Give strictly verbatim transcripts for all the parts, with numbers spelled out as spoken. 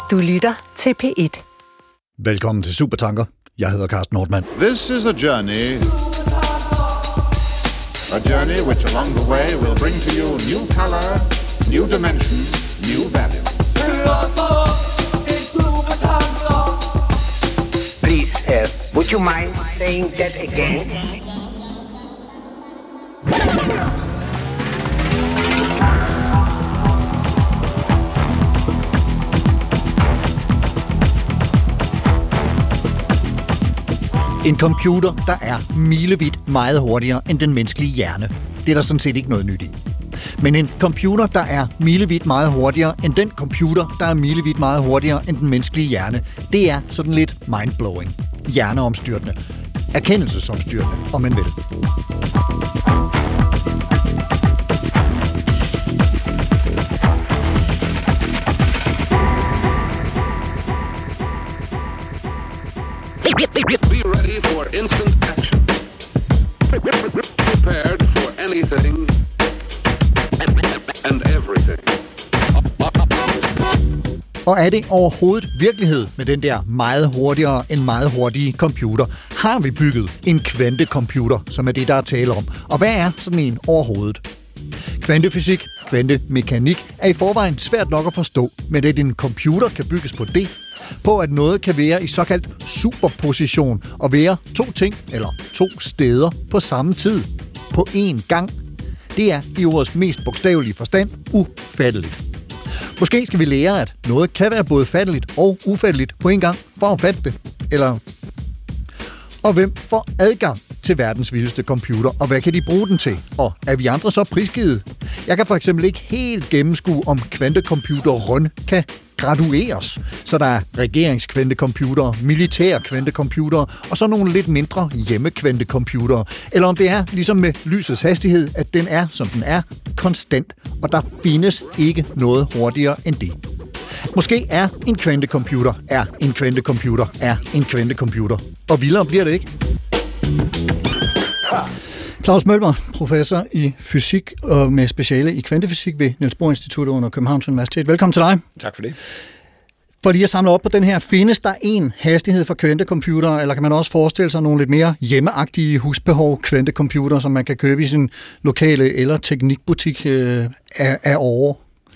Du lytter til P et. Velkommen til Supertanker. Jeg hedder Carsten Nordmann. This is a journey. A journey which along the way will bring to you new color, new dimension, new value. Please, uh, would you mind saying that again? En computer, der er milevidt meget hurtigere end den menneskelige hjerne. Det er der sådan set ikke noget nyt i. Men en computer, der er milevidt meget hurtigere end den computer, der er milevidt meget hurtigere end den menneskelige hjerne, det er sådan lidt mindblowing. Hjerneomstyrtende. Erkendelsesomstyrtende, om man vil. Be ready for instant action. Prepared for anything and everything. Og er det overhovedet virkelighed med den der meget hurtigere end meget hurtige computer? Har vi bygget en kvantecomputer, som er det, der er tale om? Og hvad er sådan en overhovedet? Kvantefysik, kvantemekanik er i forvejen svært nok at forstå, men at en computer kan bygges på det, på at noget kan være i såkaldt superposition og være to ting eller to steder på samme tid, på én gang, det er i ordets mest bogstavelige forstand ufatteligt. Måske skal vi lære, at noget kan være både fatteligt og ufatteligt på en gang for at fatte det, eller... Og hvem får adgang til verdens vildeste computer, og hvad kan de bruge den til? Og er vi andre så prisgivet? Jeg kan for eksempel ikke helt gennemskue, om kvantecomputerrun kan gradueres. Så der er regeringskvantecomputere, militære kvantecomputere og så nogle lidt mindre hjemmekvantecomputere. Eller om det er ligesom med lysets hastighed, at den er, som den er, konstant, og der findes ikke noget hurtigere end det. Måske er en kvantecomputer, er en kvantecomputer, er en kvantecomputer. Og vildere bliver det ikke. Claus Mølmer, professor i fysik og med speciale i kvantefysik ved Niels Bohr Instituttet under Københavns Universitet. Velkommen til dig. Tak for det. For lige at samle op på den her, findes der en hastighed for kvantecomputer, eller kan man også forestille sig nogle lidt mere hjemmeagtige husbehov kvantecomputer, som man kan købe i sin lokale eller teknikbutik øh, af, af over?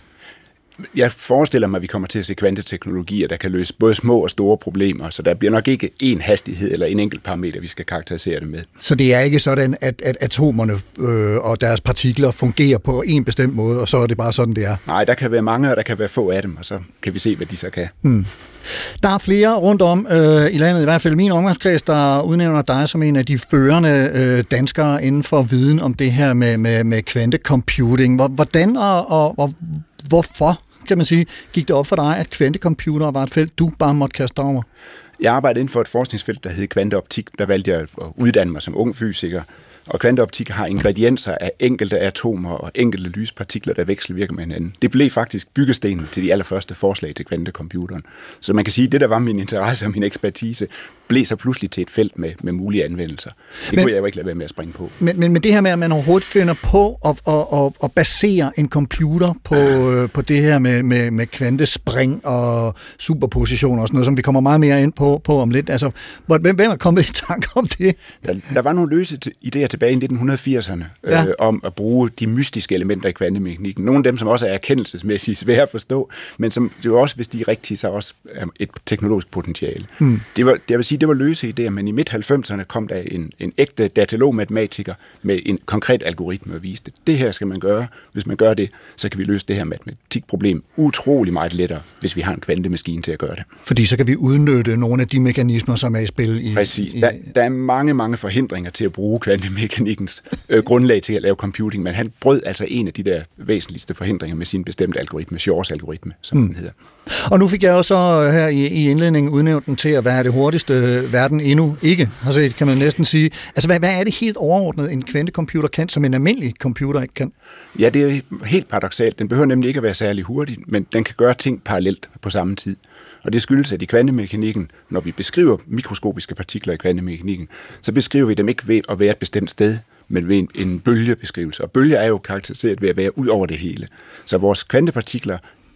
Jeg forestiller mig, at vi kommer til at se kvanteteknologier, der kan løse både små og store problemer, så der bliver nok ikke én hastighed eller en enkelt parameter, vi skal karakterisere det med. Så det er ikke sådan, at, at atomerne øh, og deres partikler fungerer på en bestemt måde, og så er det bare sådan, det er? Nej, der kan være mange, og der kan være få af dem, og så kan vi se, hvad de så kan. Hmm. Der er flere rundt om øh, i landet, i hvert fald min omgangskreds, der udnævner dig som en af de førende øh, danskere inden for viden om det her med, med, med kvantecomputing. Hvordan og, og, og hvorfor, kan man sige, gik det op for dig, at kvantecomputere var et felt, du bare måtte kaste over? Jeg arbejdede inden for et forskningsfelt, der hed kvanteoptik. Der valgte jeg at uddanne mig som ung fysiker. Og kvanteoptik har ingredienser af enkelte atomer og enkelte lyspartikler, der vekselvirker med hinanden. Det blev faktisk byggestenen til de allerførste forslag til kvantecomputeren. Så man kan sige, at det, der var min interesse og min ekspertise, blev så pludselig til et felt med, med mulige anvendelser. Det men, kunne jeg jo ikke lade være med at springe på. Men, men, men det her med, at man overhovedet finder på at, at, at, at basere en computer på, ja. på det her med, med, med kvantespring og superposition og sådan noget, som vi kommer meget mere ind på, på om lidt. Altså, hvem, hvem er kommet i tanke om det? Der, der var nogle løse idéer tilbage i nitten firserne ja. øh, om at bruge de mystiske elementer i kvantemekanikken. Nogle af dem, som også er erkendelsesmæssigt svære at forstå, men som det var også, hvis de er rigtige, så også er et teknologisk potentiale. Hmm. Det var, jeg vil sige, det var løse idéer, men i midt halvfemserne kom der en, en ægte datalog-matematiker med en konkret algoritme og viste det. Det her skal man gøre. Hvis man gør det, så kan vi løse det her matematikproblem utrolig meget lettere, hvis vi har en kvantemaskine til at gøre det. Fordi så kan vi udnytte nogle af de mekanismer, som er i spil. I, Præcis. I, der, der er mange, mange forhindringer til at bruge kvantemekanikkens øh, grundlag til at lave computing, men han brød altså en af de der væsentligste forhindringer med sin bestemte algoritme, Shors algoritme, som mm. den hedder. Og nu fik jeg også her i, i indledningen udnævnt den til at være det hurtigste verden endnu ikke har set, kan man næsten sige. Altså, hvad, hvad er det helt overordnet, en kvantecomputer kan, som en almindelig computer ikke kan? Ja, det er helt paradoksalt. Den behøver nemlig ikke at være særlig hurtig, men den kan gøre ting parallelt på samme tid. Og det skyldes, at i kvantemekanikken, når vi beskriver mikroskopiske partikler i kvantemekanikken, så beskriver vi dem ikke ved at være et bestemt sted, men ved en, en bølgebeskrivelse. Og bølger er jo karakteriseret ved at være ud over det hele. Så vores kvantepartikler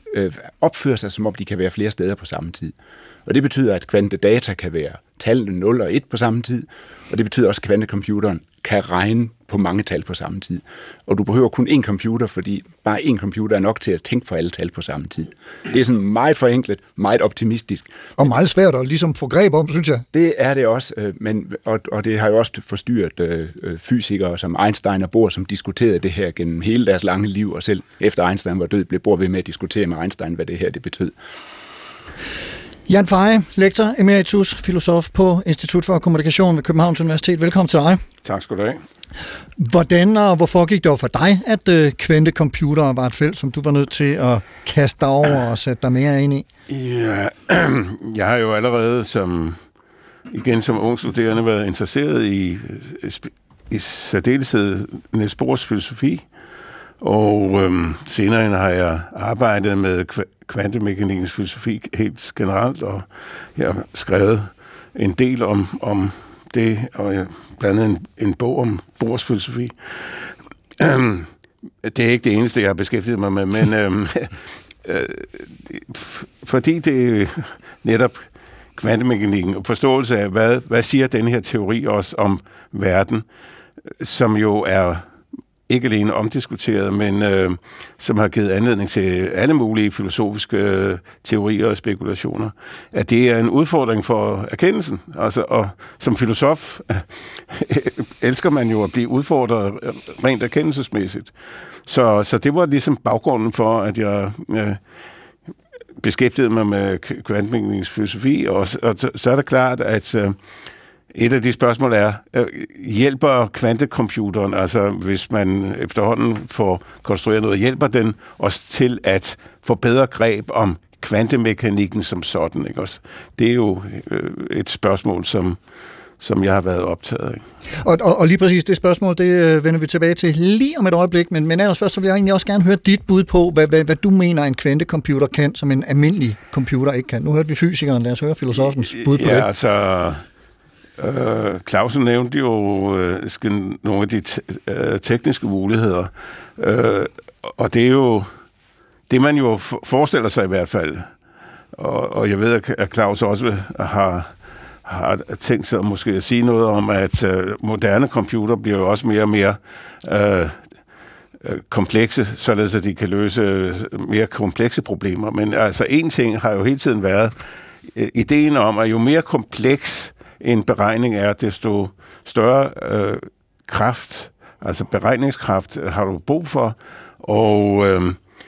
øh, opfører sig, som om de kan være flere steder på samme tid. Og det betyder, at kvantedata kan være tallene nul og et på samme tid, og det betyder også, at kvantecomputeren kan regne på mange tal på samme tid. Og du behøver kun én computer, fordi bare én computer er nok til at tænke på alle tal på samme tid. Det er sådan meget forenklet, meget optimistisk. Og meget svært at ligesom få greb om, synes jeg. Det er det også, men, og, og det har jo også forstyrret øh, fysikere som Einstein og Bohr, som diskuterede det her gennem hele deres lange liv, og selv efter Einstein var død, blev Bohr ved med at diskutere med Einstein, hvad det her det betød. Jan Feje, lektor emeritus, filosof på Institut for Kommunikation ved Københavns Universitet. Velkommen til dig. Tak skal du have. Hvordan og hvorfor gik det over for dig, at øh, kvantecomputere var et felt, som du var nødt til at kaste dig over og sætte dig mere ind i? Ja, jeg har jo allerede som, igen som ung studerende været interesseret i, i særdeleshed Niels Bohrs filosofi, og øhm, senere har jeg arbejdet med kvantemekanikkens filosofi helt generelt, og jeg har skrevet en del om, om det, og jeg blandt andet en, en bog om Bohrs filosofi. Øhm, det er ikke det eneste, jeg har beskæftiget mig med, men øhm, øh, fordi det netop kvantemekanikken og forståelse af, hvad, hvad siger den her teori også om verden, som jo er ikke alene omdiskuteret, men øh, som har givet anledning til alle mulige filosofiske øh, teorier og spekulationer, at det er en udfordring for erkendelsen. Altså, og som filosof øh, elsker man jo at blive udfordret rent erkendelsesmæssigt. Så, så det var ligesom baggrunden for, at jeg øh, beskæftigede mig med kvantemekanikkens filosofi, og, og så er det klart, at øh, et af de spørgsmål er, hjælper kvantecomputeren, altså hvis man efterhånden får konstrueret noget, hjælper den os til at få bedre greb om kvantemekanikken som sådan, ikke også? Det er jo et spørgsmål, som, som jeg har været optaget af. Og, og, og lige præcis det spørgsmål, det vender vi tilbage til lige om et øjeblik, men, men ellers først så vil jeg egentlig også gerne høre dit bud på, hvad, hvad, hvad du mener, en kvantecomputer kan, som en almindelig computer ikke kan. Nu hørte vi fysikeren, lad os høre filosofens bud på ja, det. Altså Uh, Clausen nævnte jo uh, nogle af de t- uh, tekniske muligheder, uh, og det er jo det, man jo f- forestiller sig i hvert fald. Og, og jeg ved, at Claus også har, har tænkt sig måske at sige noget om, at uh, moderne computer bliver jo også mere og mere uh, komplekse, således at de kan løse mere komplekse problemer. Men altså en ting har jo hele tiden været uh, ideen om, at jo mere kompleks en beregning er, desto større øh, kraft, altså beregningskraft, har du brug for, og øh,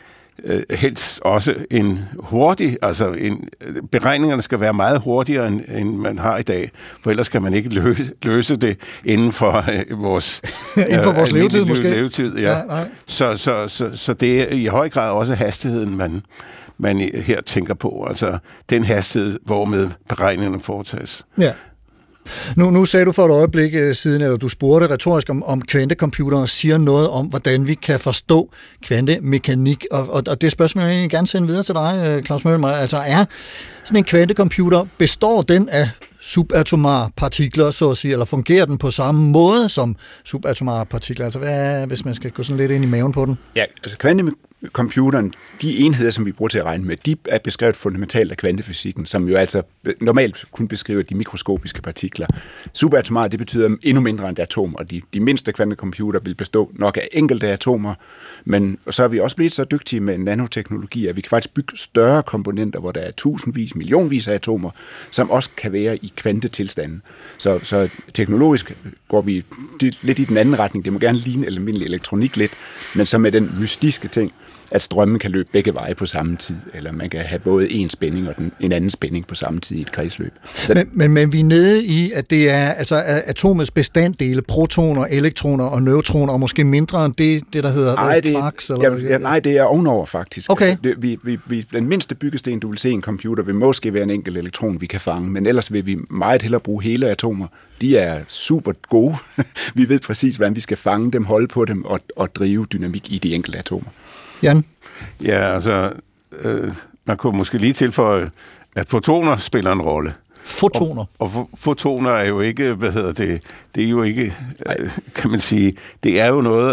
helst også en hurtig, altså en, beregningerne skal være meget hurtigere, end, end man har i dag, for ellers kan man ikke løse, løse det inden for øh, vores, inden for vores øh, levetid, måske. levetid ja. Ja, så, så, så, så det er i høj grad også hastigheden, man, man her tænker på, altså den hastighed, hvormed beregningerne foretages. Ja. Nu, nu sagde du for et øjeblik siden, eller du spurgte retorisk, om, om kvantecomputere siger noget om, hvordan vi kan forstå kvantemekanik, og, og, og det spørgsmål jeg egentlig gerne sende videre til dig, Claus Mølmer. Altså er sådan en kvantecomputer, består den af subatomare partikler, så at sige, eller fungerer den på samme måde som subatomare partikler? Altså hvad er, hvis man skal gå sådan lidt ind i maven på den? Ja, altså kvantecomputeren, de enheder, som vi bruger til at regne med, de er beskrevet fundamentalt af kvantefysikken, som jo altså normalt kun beskriver de mikroskopiske partikler. Subatomare, det betyder endnu mindre end atomer, og de, de mindste kvantecomputer vil bestå nok af enkelte atomer, men så er vi også blevet så dygtige med nanoteknologi, at vi kan faktisk bygge større komponenter, hvor der er tusindvis, millionvis af atomer, som også kan være i kvantetilstanden. Så, så teknologisk går vi lidt i den anden retning. Det må gerne ligne almindelig elektronik lidt, men så med den mystiske ting, at strømmen kan løbe begge veje på samme tid, eller man kan have både en spænding og den, en anden spænding på samme tid i et kredsløb. Så men, men, men vi er nede i, at det er altså atomets bestanddele, protoner, elektroner og neutroner, og måske mindre end det, det der hedder ej, det, quarks? Eller ja, ja, nej, det er ovenover faktisk. Okay. Altså, det, vi, vi, vi, den mindste byggesten, du vil se i en computer, vil måske være en enkelt elektron, vi kan fange, men ellers vil vi meget hellere bruge hele atomer. De er super gode. Vi ved præcis, hvordan vi skal fange dem, holde på dem og, og drive dynamik i de enkelte atomer. Jan? Ja, altså, øh, man kunne måske lige tilføje, at fotoner spiller en rolle. Fotoner? Og, og fotoner er jo ikke, hvad hedder det, det er jo ikke, øh, kan man sige, det er jo noget af,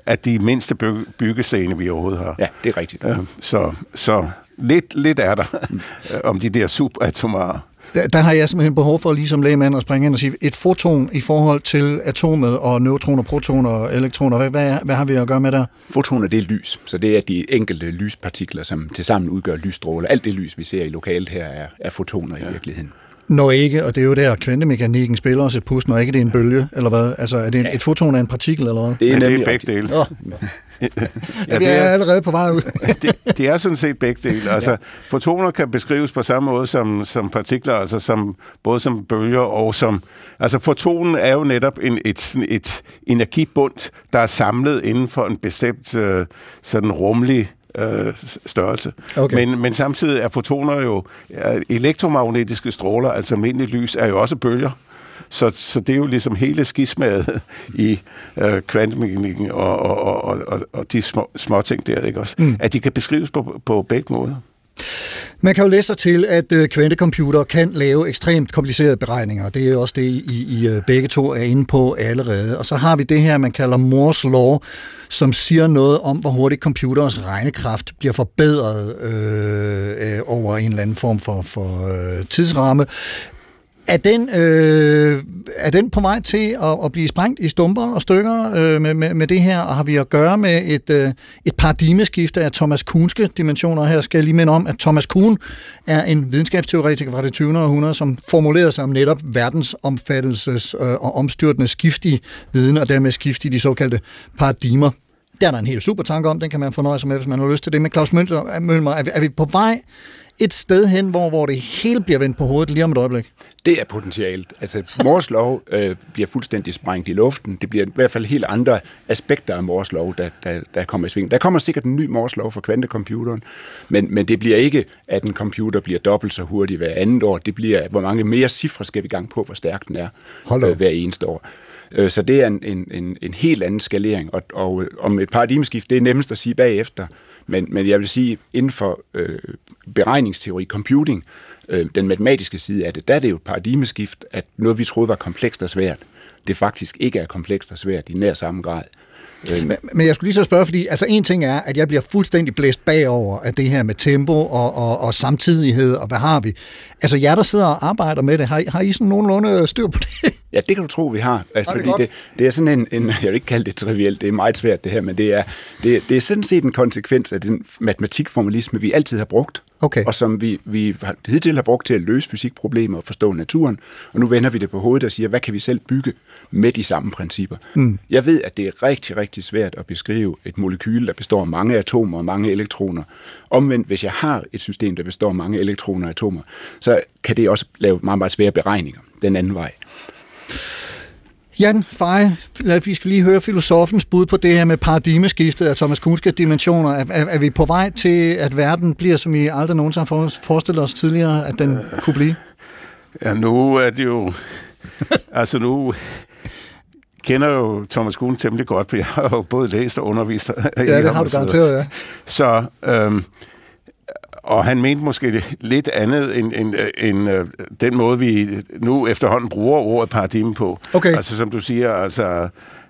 at de mindste byg- byggesten, vi overhovedet har. Ja, det er rigtigt. Øh, så så lidt, lidt er der mm. om de der subatomare. Der, der har jeg simpelthen behov for lige som lægemand at springe ind og sige, et foton i forhold til atomet og neutroner, protoner og elektroner, hvad, hvad, hvad har vi at gøre med der? Fotoner, det er lys, så det er de enkelte lyspartikler, som tilsammen udgør lysstråler. Alt det lys, vi ser i lokalet her, er, er fotoner ja. i virkeligheden. Når ikke, og det er jo der, kvantemekanikken spiller os et pus, når ikke det er en bølge, eller hvad? Altså, er det en, ja. et foton af en partikel, eller hvad? Det er, ja, det er begge dele. Oh. ja, vi er allerede på vej ud. det, det er sådan set begge dele. Altså, ja. Fotoner kan beskrives på samme måde som, som partikler, altså som, både som bølger og som... Altså, fotonen er jo netop en, et, et energibund, der er samlet inden for en bestemt øh, sådan rummelig øh, størrelse. Okay. Men, men samtidig er fotoner jo ja, elektromagnetiske stråler, altså almindelig lys, er jo også bølger. Så, så det er jo ligesom hele skismaet i øh, kvantemekanikken og, og, og, og, og de små, små ting der, ikke også? Mm. At de kan beskrives på, på begge måder. Man kan jo læse sig til, at øh, kvantecomputer kan lave ekstremt komplicerede beregninger. Det er jo også det, I, I begge to er inde på allerede. Og så har vi det her, man kalder Moore's Law, som siger noget om, hvor hurtigt computerens regnekraft bliver forbedret øh, øh, over en eller anden form for, for øh, tidsramme. Er den, øh, er den på vej til at, at blive sprængt i stumper og stykker øh, med, med, med det her, og har vi at gøre med et, øh, et paradigmeskifte af Thomas Kuhnske dimensioner? Her skal jeg lige minde om, at Thomas Kuhn er en videnskabsteoretiker fra det tyvende århundrede, som formulerede sig om netop verdensomfattelses øh, og omstyrtende skift i viden, og dermed skift i de såkaldte paradigmer. Der er der en helt super tanke om, den kan man fornøje sig med, hvis man har lyst til det. Men Claus Mølmer, er vi, er vi på vej et sted hen, hvor, hvor det hele bliver vendt på hovedet lige om et øjeblik? Det er potentielt. Altså, Moores lov øh, bliver fuldstændig sprængt i luften. Det bliver i hvert fald helt andre aspekter af Moores lov, der, der, der kommer i sving. Der kommer sikkert en ny Moores lov for kvantecomputeren, men, men det bliver ikke, at en computer bliver dobbelt så hurtig hver andet år. Det bliver, hvor mange mere cifre skal vi gang på, hvor stærk den er øh, hver eneste år. Øh, så det er en, en, en, en helt anden skalering, og, og om et paradigmeskift, det er nemmest at sige bagefter, men, men jeg vil sige, inden for øh, beregningsteori, computing, øh, den matematiske side af det, der er det jo et paradigmeskift, at noget, vi troede var komplekst og svært, det faktisk ikke er komplekst og svært i nær samme grad. Men, men jeg skulle lige så spørge, fordi altså en ting er, at jeg bliver fuldstændig blæst bagover af det her med tempo og, og, og samtidighed, og hvad har vi? Altså jer, der sidder og arbejder med det, har, har I sådan nogenlunde styr på det? Ja, det kan du tro, vi har. Altså, fordi det, det er sådan en, en, jeg vil ikke kalde det trivielt, det er meget svært det her, men det er, det, det er sådan set en konsekvens af den matematikformalisme, vi altid har brugt, okay. og som vi, vi hidtil har brugt til at løse fysikproblemer og forstå naturen, og nu vender vi det på hovedet og siger, hvad kan vi selv bygge med de samme principper? Mm. Jeg ved, at det er rigtig, rigtig svært at beskrive et molekyle, der består af mange atomer og mange elektroner. Omvendt, hvis jeg har et system, der består af mange elektroner og atomer, så kan det også lave meget, meget svære beregninger den anden vej. Jan Feje, vi skal lige høre filosofens bud på det her med paradigmeskiftet af Thomas Kuhnske dimensioner. Er, er, er vi på vej til, at verden bliver, som vi aldrig nogensinde har forestillet os tidligere, at den kunne blive? Ja, nu er det jo... altså nu kender jo Thomas Kuhn temmelig godt, for jeg har jo både læst og undervist. Ja, det har du garanteret, ja. Så... Øhm, Og han mente måske lidt andet end, end, end øh, den måde, vi nu efterhånden bruger ordet paradigme på. Okay. Altså som du siger, altså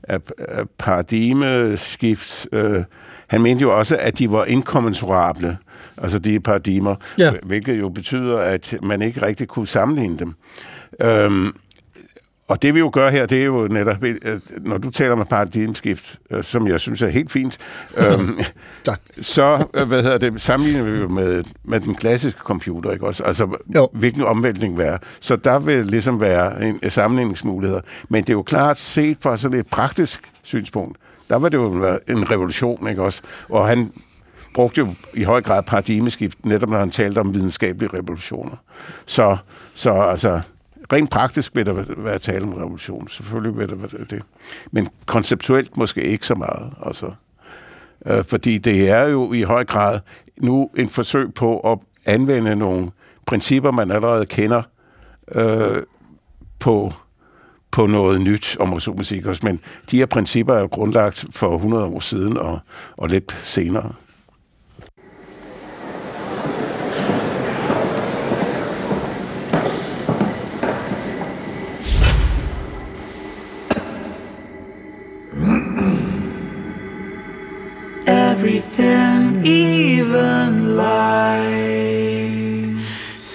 paradigmeskift. Øh, han mente jo også, at de var inkommensurable, altså de paradigmer, ja. Hvilket jo betyder, at man ikke rigtig kunne sammenligne dem. Øhm, Og det vi jo gør her, det er jo netop, når du taler med paradigmeskift, som jeg synes er helt fint, øhm, så hvad hedder det, sammenligner vi jo med, med den klassiske computer, ikke også? Altså, jo. Hvilken omvæltning være. Så der vil ligesom være en, en sammenligningsmuligheder. Men det er jo klart set fra sådan et praktisk synspunkt, der var det jo en revolution, ikke også? Og han brugte jo i høj grad paradigmeskift, netop når han talte om videnskabelige revolutioner. Så, så altså... Rent praktisk vil der være tale om revolution. Selvfølgelig vil der være det. Men konceptuelt måske ikke så meget. Altså. Øh, fordi det er jo i høj grad nu en forsøg på at anvende nogle principper, man allerede kender øh, på, på noget nyt, om man så må sige. Men de her principper er jo grundlagt for hundrede år siden og, og lidt senere.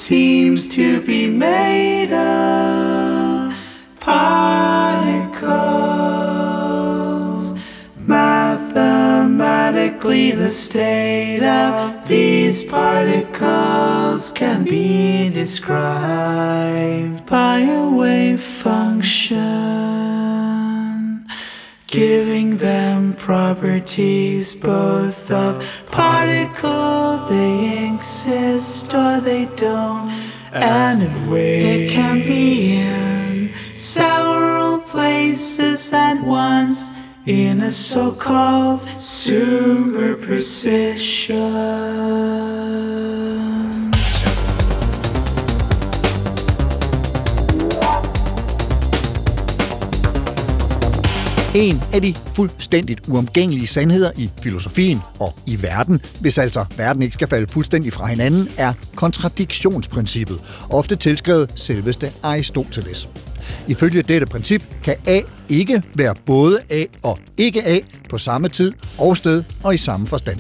seems to be made of particles. Mathematically, the state of these particles can be described by a wave function, giving them properties both of particle, they exist or they don't, and of wave. They can be in several places at once in a so-called superposition. En af de fuldstændigt uomgængelige sandheder i filosofien og i verden, hvis altså verden ikke skal falde fuldstændig fra hinanden, er kontradiktionsprincippet, ofte tilskrevet selveste Aristoteles. Ifølge dette princip kan A ikke være både A og ikke A på samme tid og sted og i samme forstand.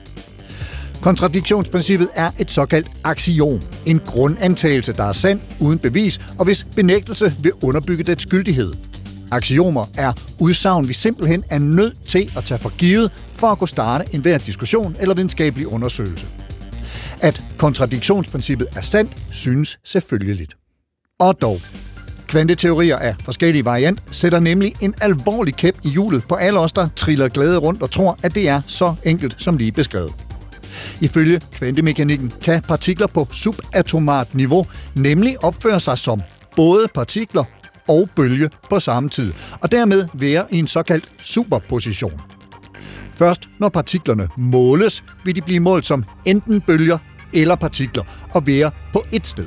Kontradiktionsprincippet er et såkaldt aksiom, en grundantagelse, der er sand uden bevis, og hvis benægtelse vil underbygge dets gyldighed. Aksiomer er udsagn, vi simpelthen er nødt til at tage for givet for at kunne starte enhver diskussion eller videnskabelig undersøgelse. At kontradiktionsprincippet er sandt, synes selvfølgeligt. Og dog. Kvanteteorier af forskellige variant sætter nemlig en alvorlig kæp i hjulet på alle os, der triller glæde rundt og tror, at det er så enkelt som lige beskrevet. Ifølge kvantemekanikken kan partikler på subatomart niveau nemlig opføre sig som både partikler og bølge på samme tid, og dermed være i en såkaldt superposition. Først når partiklerne måles, vil de blive målt som enten bølger eller partikler og være på ét sted.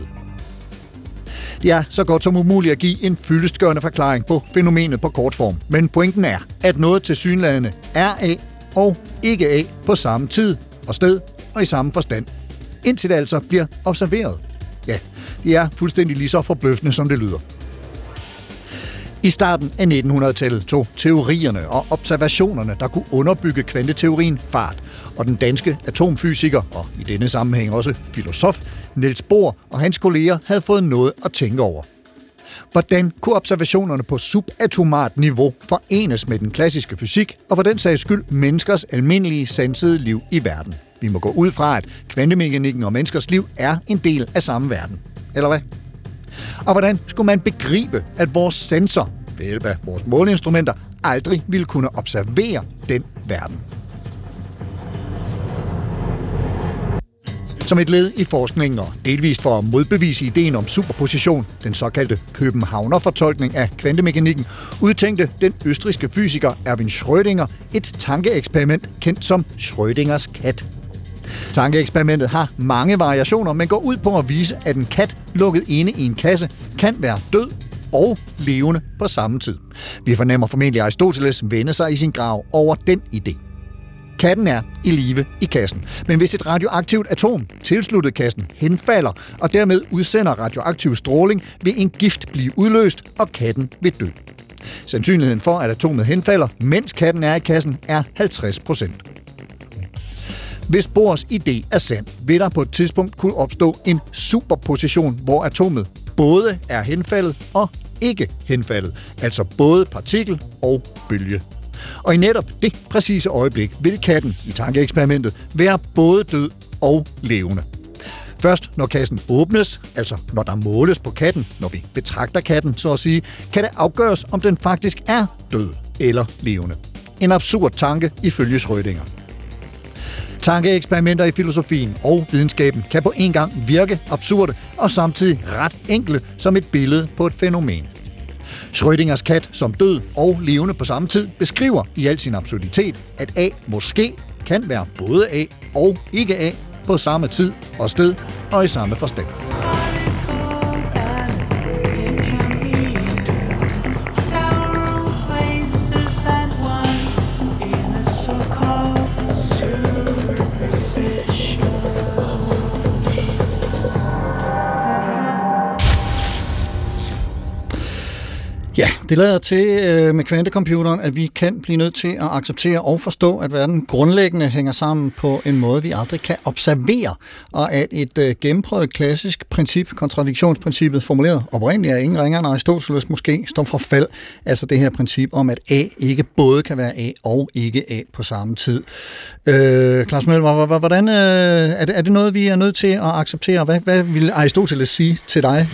Det er så godt som umuligt at give en fyldestgørende forklaring på fænomenet på kortform, men pointen er, at noget tilsyneladende er A og ikke A på samme tid og sted og i samme forstand, indtil det altså bliver observeret. Ja, det er fuldstændig lige så forbløffende, som det lyder. I starten af nitten hundrede-tallet tog teorierne og observationerne, der kunne underbygge kvanteteorien, fart, og den danske atomfysiker, og i denne sammenhæng også filosof, Niels Bohr og hans kolleger havde fået noget at tænke over. Hvordan kunne observationerne på subatomart niveau forenes med den klassiske fysik, og for den sags skyld menneskers almindelige sansede liv i verden? Vi må gå ud fra, at kvantemekanikken og menneskers liv er en del af samme verden. Eller hvad? Og hvordan skulle man begribe, at vores sensor, ved hjælp af vores måleinstrumenter, aldrig ville kunne observere den verden? Som et led i forskningen og delvist for at modbevise ideen om superposition, den såkaldte Københavner-fortolkning af kvantemekanikken, udtænkte den østrigske fysiker Erwin Schrödinger et tankeeksperiment kendt som Schrödingers kat. Tankeeksperimentet har mange variationer, men går ud på at vise, at en kat lukket inde i en kasse kan være død og levende på samme tid. Vi fornemmer formentlig Aristoteles vende sig i sin grav over den idé. Katten er i live i kassen, men hvis et radioaktivt atom tilsluttet kassen henfalder og dermed udsender radioaktiv stråling, vil en gift blive udløst, og katten vil dø. Sandsynligheden for, at atomet henfalder, mens katten er i kassen, er halvtreds procent. Hvis Bohrs idé er sand, vil der på et tidspunkt kunne opstå en superposition, hvor atomet både er henfaldet og ikke henfaldet, altså både partikel og bølge. Og i netop det præcise øjeblik vil katten i tankeeksperimentet være både død og levende. Først når kassen åbnes, altså når der måles på katten, når vi betragter katten, så at sige, kan det afgøres, om den faktisk er død eller levende. En absurd tanke ifølge Schrödinger. Tankeeksperimenter i filosofien og videnskaben kan på en gang virke absurde og samtidig ret enkle som et billede på et fænomen. Schrödingers kat som død og levende på samme tid beskriver i al sin absurditet, at A måske kan være både A og ikke A på samme tid og sted og i samme forstand. Ja, det lader til øh, med kvantecomputeren, at vi kan blive nødt til at acceptere og forstå, at verden grundlæggende hænger sammen på en måde, vi aldrig kan observere, og at et øh, gennemprøvet klassisk princip, kontradiktionsprincippet, formuleret oprindeligt af ingen ringere end Aristoteles måske, står for fald, altså det her princip om, at A ikke både kan være A og ikke A på samme tid. Øh, Claus Møller, hvordan, øh, er, det, er det noget, vi er nødt til at acceptere? Hvad, hvad vil Aristoteles sige til dig?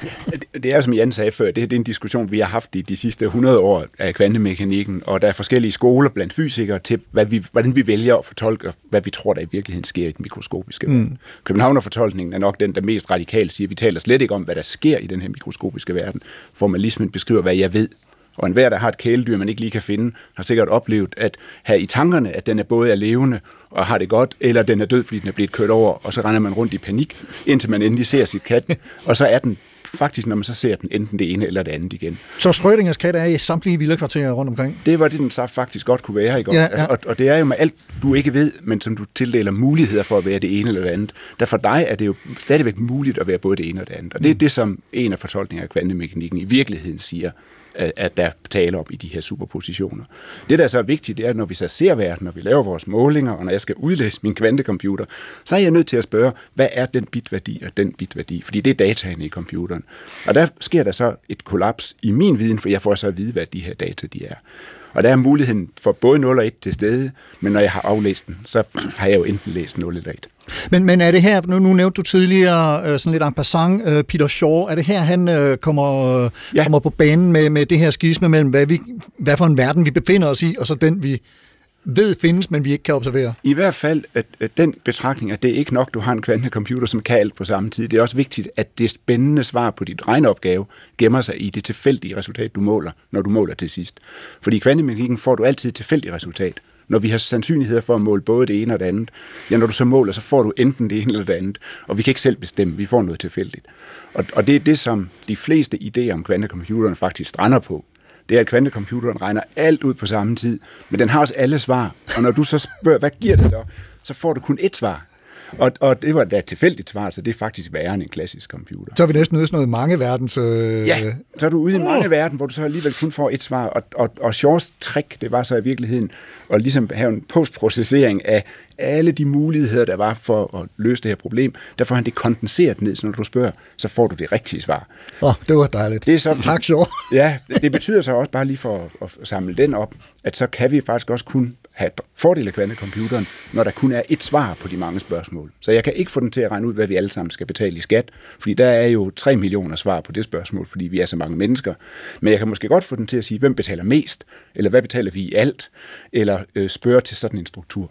Det er, som Jan sagde før, det er en diskussion, vi har haft i de sidste hundrede år af kvantemekanikken, og der er forskellige skoler blandt fysikere til, hvad vi, hvordan vi vælger at fortolke, hvad vi tror, der i virkeligheden sker i den mikroskopiske verden. Mm. Københavnerfortolkningen er nok den, der mest radikalt siger, vi taler slet ikke om, hvad der sker i den her mikroskopiske verden. Formalismen beskriver, hvad jeg ved. Og enhver, der har et kæledyr, man ikke lige kan finde, har sikkert oplevet at have i tankerne, at den er både er levende og har det godt, eller den er død, fordi den er blevet kørt over, og så render man rundt i panik, indtil man endelig ser sit kat, og så er den faktisk, når man så ser den, enten det ene eller det andet igen. Så Schrödingers kat er i samtlige villakvarterer rundt omkring? Det var det, den så faktisk godt kunne være, ikke? Ja, ja. Altså, og, og det er jo med alt, du ikke ved, men som du tildeler muligheder for at være det ene eller det andet. Der for dig er det jo stadigvæk muligt at være både det ene og det andet. Og det er det, som en af fortolkningerne af kvantemekanikken i virkeligheden siger, at der taler om i de her superpositioner. Det, der så er vigtigt, det er, at når vi så ser verden, når vi laver vores målinger, og når jeg skal udlæse min kvantecomputer, så er jeg nødt til at spørge, hvad er den bitværdi og den bitværdi? Fordi det er dataene i computeren. Og der sker der så et kollaps i min viden, for jeg får så at vide, hvad de her data de er. Og der er muligheden for både nul og et til stede, men når jeg har aflæst den, så har jeg jo enten læst nul eller et. Men, men er det her, nu, nu nævnte du tidligere øh, sådan lidt en passant, øh, Peter Shaw, er det her, han øh, kommer, øh, ja. kommer på banen med, med det her skisme mellem, hvad, vi, hvad for en verden vi befinder os i, og så den vi ved findes, men vi ikke kan observere? I hvert fald at, at den betragtning, at det er ikke nok, du har en kvantecomputer, som kan alt på samme tid. Det er også vigtigt, at det spændende svar på dit regneopgave gemmer sig i det tilfældige resultat, du måler, når du måler til sidst. Fordi i kvantemekanikken får du altid et tilfældigt resultat. Når vi har sandsynligheder for at måle både det ene og det andet, ja, når du så måler, så får du enten det ene eller det andet, og vi kan ikke selv bestemme, vi får noget tilfældigt. Og, og det er det, som de fleste idéer om kvantecomputeren faktisk strander på. Det er, at kvantecomputeren regner alt ud på samme tid, men den har også alle svar. Og når du så spørger, hvad giver det så, så får du kun ét svar. Og, og det var da et tilfældigt svar, så det er faktisk værre end en klassisk computer. Så er vi næsten ude i sådan noget mange verdens... Øh... Ja, så er du ude i mange verden, hvor du så alligevel kun får et svar. Og, og, og Shaws trick, det var så i virkeligheden at ligesom have en postprocessering af alle de muligheder, der var for at løse det her problem. Der får han det kondenseret ned, så når du spørger, så får du det rigtige svar. Åh, oh, det var dejligt. Det er så, tak, Shaw. Ja, det, det betyder så også bare lige for at, at samle den op, at så kan vi faktisk også kun have fordel af kvantecomputeren, når der kun er et svar på de mange spørgsmål. Så jeg kan ikke få den til at regne ud, hvad vi alle sammen skal betale i skat, fordi der er jo tre millioner svar på det spørgsmål, fordi vi er så mange mennesker. Men jeg kan måske godt få den til at sige, hvem betaler mest, eller hvad betaler vi i alt, eller øh, spørge til sådan en struktur.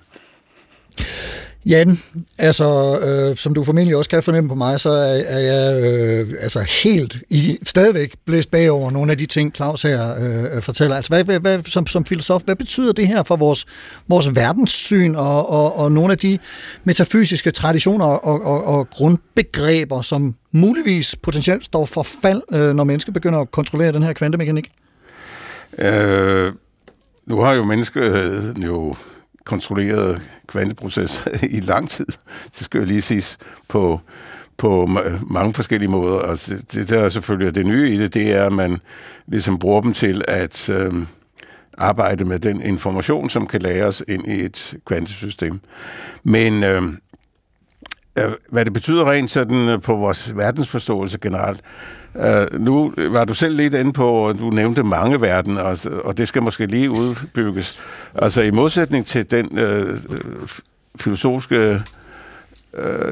Jan, altså, øh, som du formentlig også kan fornemme på mig, så er, er jeg øh, altså helt i, stadigvæk blæst bagover nogle af de ting, Claus her øh, fortæller. Altså, hvad, hvad, hvad, som, som filosof, hvad betyder det her for vores, vores verdenssyn og, og, og nogle af de metafysiske traditioner og, og, og grundbegreber, som muligvis potentielt står for fald, øh, når mennesker begynder at kontrollere den her kvantemekanik? Øh, nu har jo mennesket jo kontrolleret kvanteprocesser i lang tid, så skal jeg lige sige, på, på mange forskellige måder. Og det der er selvfølgelig det nye i det, det er, at man ligesom bruger dem til at øh, arbejde med den information, som kan lagres ind i et kvantesystem. Men øh, hvad det betyder rent sådan på vores verdensforståelse generelt, Uh, nu var du selv lidt inde på, og du nævnte mange verden, og, og det skal måske lige udbygges. Altså i modsætning til den uh, filosofiske uh,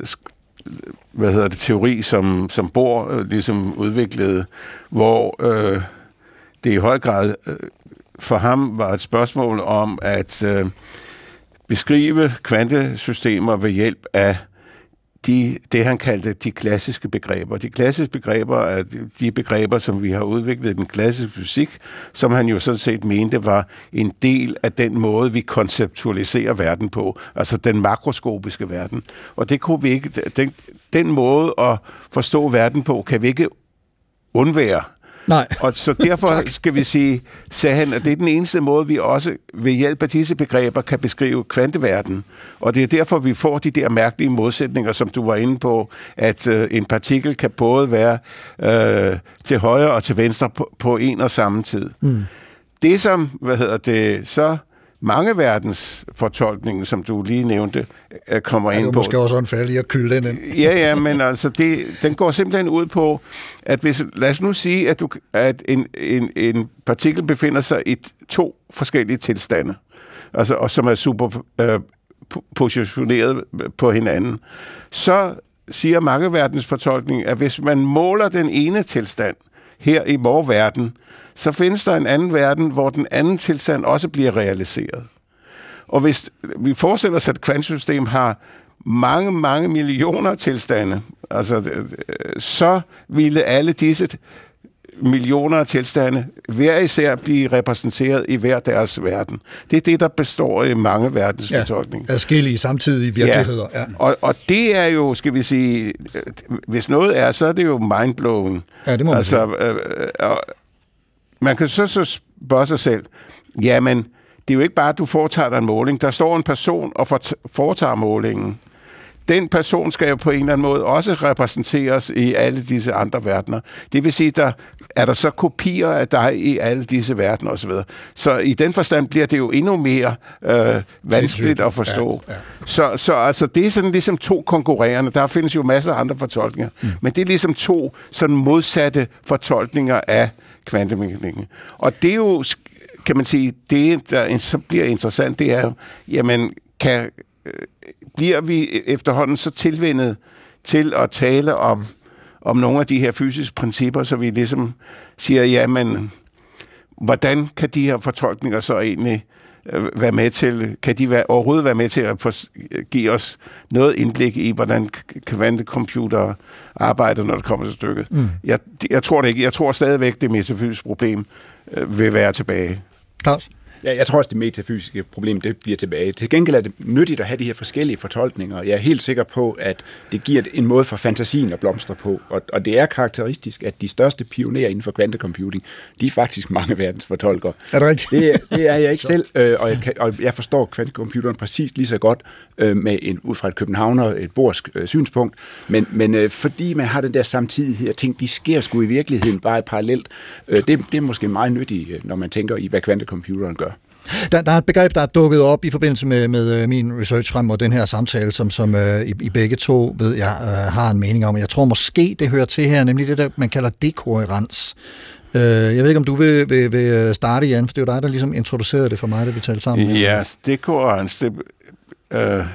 hvad hedder det, teori, som, som Bohr uh, ligesom udviklede, hvor uh, det i høj grad uh, for ham var et spørgsmål om at uh, beskrive kvantesystemer ved hjælp af De, det han kaldte de klassiske begreber. De klassiske begreber er de begreber, som vi har udviklet i den klassiske fysik, som han jo sådan set mente var en del af den måde, vi konceptualiserer verden på, altså den makroskopiske verden. Og det kunne vi ikke, den, den måde at forstå verden på, kan vi ikke undvære. Nej. Og så derfor skal vi sige, sagde han, at det er den eneste måde, vi også ved hjælp af disse begreber kan beskrive kvanteverdenen. Og det er derfor, vi får de der mærkelige modsætninger, som du var inde på, at øh, en partikel kan både være øh, til højre og til venstre på, på en og samme tid. Mm. Det som, hvad hedder det, så mange verdens fortolkninger, som du lige nævnte, kommer ja, ind på. Det er måske også en færdig at kylde den ind. Ja, ja, men altså, det, den går simpelthen ud på, at hvis, lad os nu sige, at, du, at en, en, en partikel befinder sig i to forskellige tilstande, altså, og som er super øh, positioneret på hinanden, så siger mange verdens fortolkning, at hvis man måler den ene tilstand her i vores verden, så findes der en anden verden, hvor den anden tilstand også bliver realiseret. Og hvis vi forestiller os, at et kvantesystem har mange, mange millioner tilstande, altså, så ville alle disse millioner af tilstande hver især blive repræsenteret i hver deres verden. Det er det, der består i mange verdensfortolkninger. Ja, adskillige samtidige virkeligheder. Ja. Ja. Og, og det er jo, skal vi sige, hvis noget er, så er det jo mindblowing. Ja, det må man altså, øh, øh, man kan så, så spørge sig selv, jamen, det er jo ikke bare, at du foretager dig en måling. Der står en person og foretager målingen. Den person skal jo på en eller anden måde også repræsenteres i alle disse andre verdener. Det vil sige, der er der så kopier af dig i alle disse verdener osv. Så i den forstand bliver det jo endnu mere øh, vanskeligt at forstå. Ja, ja. Så, så altså, det er sådan ligesom to konkurrerende. Der findes jo masser af andre fortolkninger. Mm. Men det er ligesom to sådan modsatte fortolkninger af kvantemekanikken. Og det er jo, kan man sige, det der så bliver interessant, det er jo, jamen, kan, bliver vi efterhånden så tilvænnet til at tale om, om nogle af de her fysiske principper, så vi ligesom siger, jamen, hvordan kan de her fortolkninger så egentlig være med til, kan de være, overhovedet være med til at for, give os noget indblik i, hvordan kvantecomputere arbejder, når det kommer til stykket. Mm. Jeg, jeg tror det ikke. Jeg tror stadigvæk, det metafysiske problem øh, vil være tilbage. Klaus? Ja, jeg tror også, det metafysiske problem, det bliver tilbage. Til gengæld er det nyttigt at have de her forskellige fortolkninger. Jeg er helt sikker på, at det giver en måde for fantasien at blomstre på. Og, og det er karakteristisk, at de største pionerer inden for kvantecomputing, de er faktisk mange verdensfortolkere. Er det rigtigt? Det, det er jeg ikke selv, øh, og, jeg kan, og jeg forstår kvantecomputeren præcis lige så godt øh, med en, ud fra et københavner, et borsk øh, synspunkt. Men, men øh, fordi man har den der samtidighed og ting, de sker sgu i virkeligheden bare parallelt, øh, det, det er måske meget nyttigt, når man tænker i, hvad kvantecomputeren gør. Der, der er et begreb, der er dukket op i forbindelse med, med min research frem mod den her samtale, som, som uh, I, I begge to ved, jeg uh, har en mening om. Jeg tror måske, det hører til her, nemlig det der, man kalder dekoherens. Uh, jeg ved ikke, om du vil, vil, vil starte, Jan, for det er jo dig, der ligesom introducerede det for mig, da vi talte sammen. Ja, dekoherens, det uh,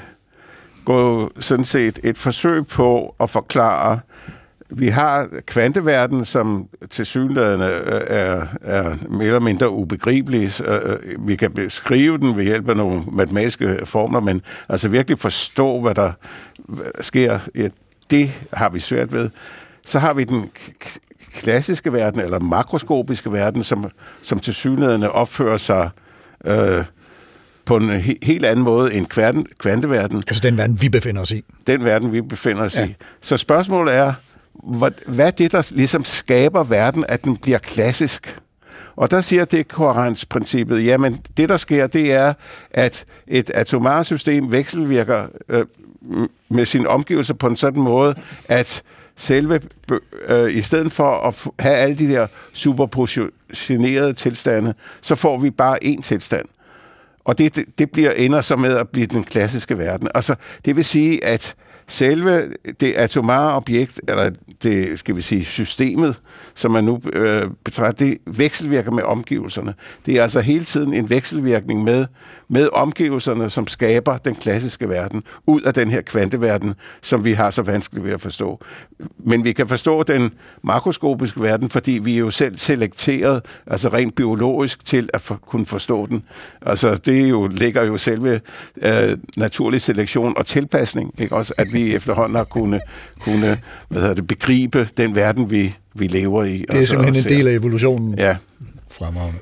går sådan set et forsøg på at forklare. Vi har kvanteverdenen, som tilsyneladende er, er mere eller mindre ubegribelig. Vi kan beskrive den ved hjælp af nogle matematiske formler, men altså virkelig forstå, hvad der sker, ja, det har vi svært ved. Så har vi den klassiske verden, eller makroskopiske verden, som, som tilsyneladende opfører sig øh, på en he- helt anden måde end kvanteverdenen. Altså den verden, vi befinder os i. Den verden, vi befinder os ja. i. Så spørgsmålet er, hvad er det, der ligesom skaber verden, at den bliver klassisk? Og der siger dekoherensprincippet, jamen det, der sker, det er, at et atomart system vekselvirker øh, med sine omgivelser på en sådan måde, at selve, øh, i stedet for at have alle de der superpositionerede tilstande, så får vi bare én tilstand. Og det, det, det bliver ender så med at blive den klassiske verden. Altså, det vil sige, at selve det atomare objekt, eller det, skal vi sige, systemet, som man nu øh, betragter, det vekselvirker med omgivelserne. Det er altså hele tiden en vekselvirkning med, med omgivelserne, som skaber den klassiske verden, ud af den her kvanteverden, som vi har så vanskeligt ved at forstå. Men vi kan forstå den makroskopiske verden, fordi vi er jo selv selekteret, altså rent biologisk, til at for, kunne forstå den. Altså det jo, ligger jo selve øh, naturlig selektion og tilpasning, ikke også, at vi efterhånden har kunnet, kunne, hvad hedder det, begribe den verden, vi, vi lever i. Det er simpelthen en del af evolutionen. Ja. Fremragende.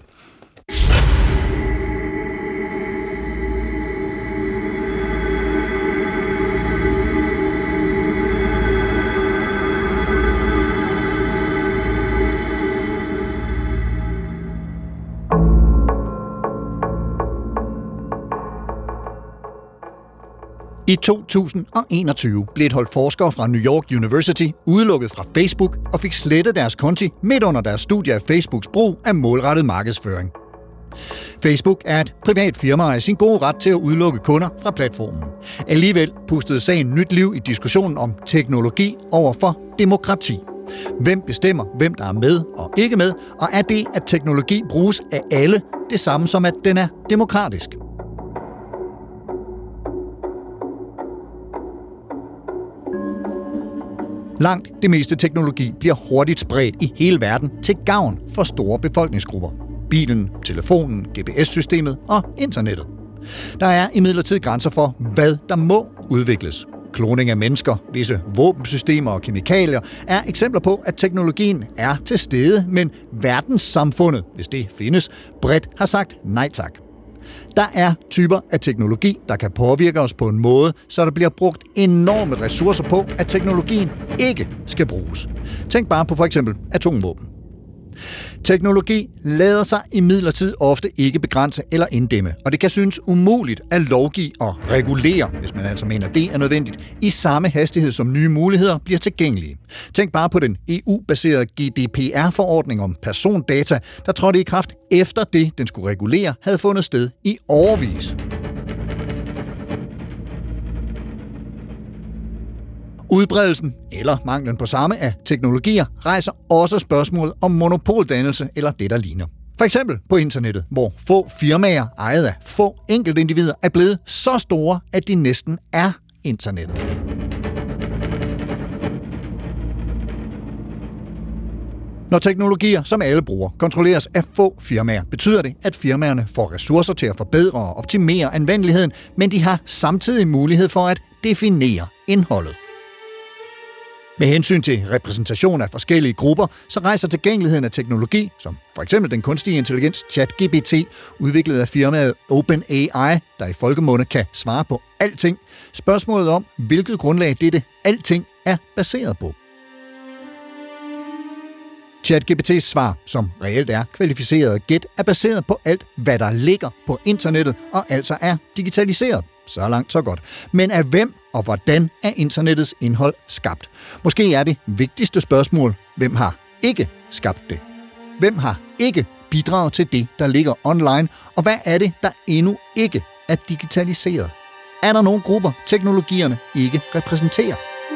I to tusind og enogtyve blev et hold forskere fra New York University udelukket fra Facebook og fik slettet deres konti midt under deres studie af Facebooks brug af målrettet markedsføring. Facebook er et privat firma og er sin gode ret til at udelukke kunder fra platformen. Alligevel pustede sagen nyt liv i diskussionen om teknologi over for demokrati. Hvem bestemmer, hvem der er med og ikke med, og er det, at teknologi bruges af alle, det samme som at den er demokratisk? Langt det meste teknologi bliver hurtigt spredt i hele verden til gavn for store befolkningsgrupper. Bilen, telefonen, G P S-systemet og internettet. Der er imidlertid grænser for, hvad der må udvikles. Kloning af mennesker, visse våbensystemer og kemikalier er eksempler på, at teknologien er til stede, men verdenssamfundet, hvis det findes, bredt har sagt nej tak. Der er typer af teknologi, der kan påvirke os på en måde, så der bliver brugt enorme ressourcer på, at teknologien ikke skal bruges. Tænk bare på for eksempel atomvåben. Teknologi lader sig imidlertid ofte ikke begrænse eller inddæmme, og det kan synes umuligt at lovgive og regulere, hvis man altså mener, det er nødvendigt, i samme hastighed som nye muligheder bliver tilgængelige. Tænk bare på den E U-baserede G D P R-forordning om persondata, der trådte i kraft efter det, den skulle regulere, havde fundet sted i årevis. Udbredelsen, eller manglen på samme af teknologier, rejser også spørgsmål om monopoldannelse eller det, der ligner. For eksempel på internettet, hvor få firmaer ejet af få enkeltindivider er blevet så store, at de næsten er internettet. Når teknologier, som alle bruger, kontrolleres af få firmaer, betyder det, at firmaerne får ressourcer til at forbedre og optimere anvendeligheden, men de har samtidig mulighed for at definere indholdet. Med hensyn til repræsentation af forskellige grupper, så rejser tilgængeligheden af teknologi, som for eksempel den kunstige intelligens ChatGPT, udviklet af firmaet OpenAI, der i folkemunde kan svare på alting, spørgsmålet om, hvilket grundlag dette alting er baseret på. ChatGPT's svar, som reelt er kvalificeret gæt, er baseret på alt, hvad der ligger på internettet og altså er digitaliseret. Så langt, så godt. Men af hvem og hvordan er internettets indhold skabt? Måske er det vigtigste spørgsmål, hvem har ikke skabt det? Hvem har ikke bidraget til det, der ligger online? Og hvad er det, der endnu ikke er digitaliseret? Er der nogle grupper, teknologierne ikke repræsenterer?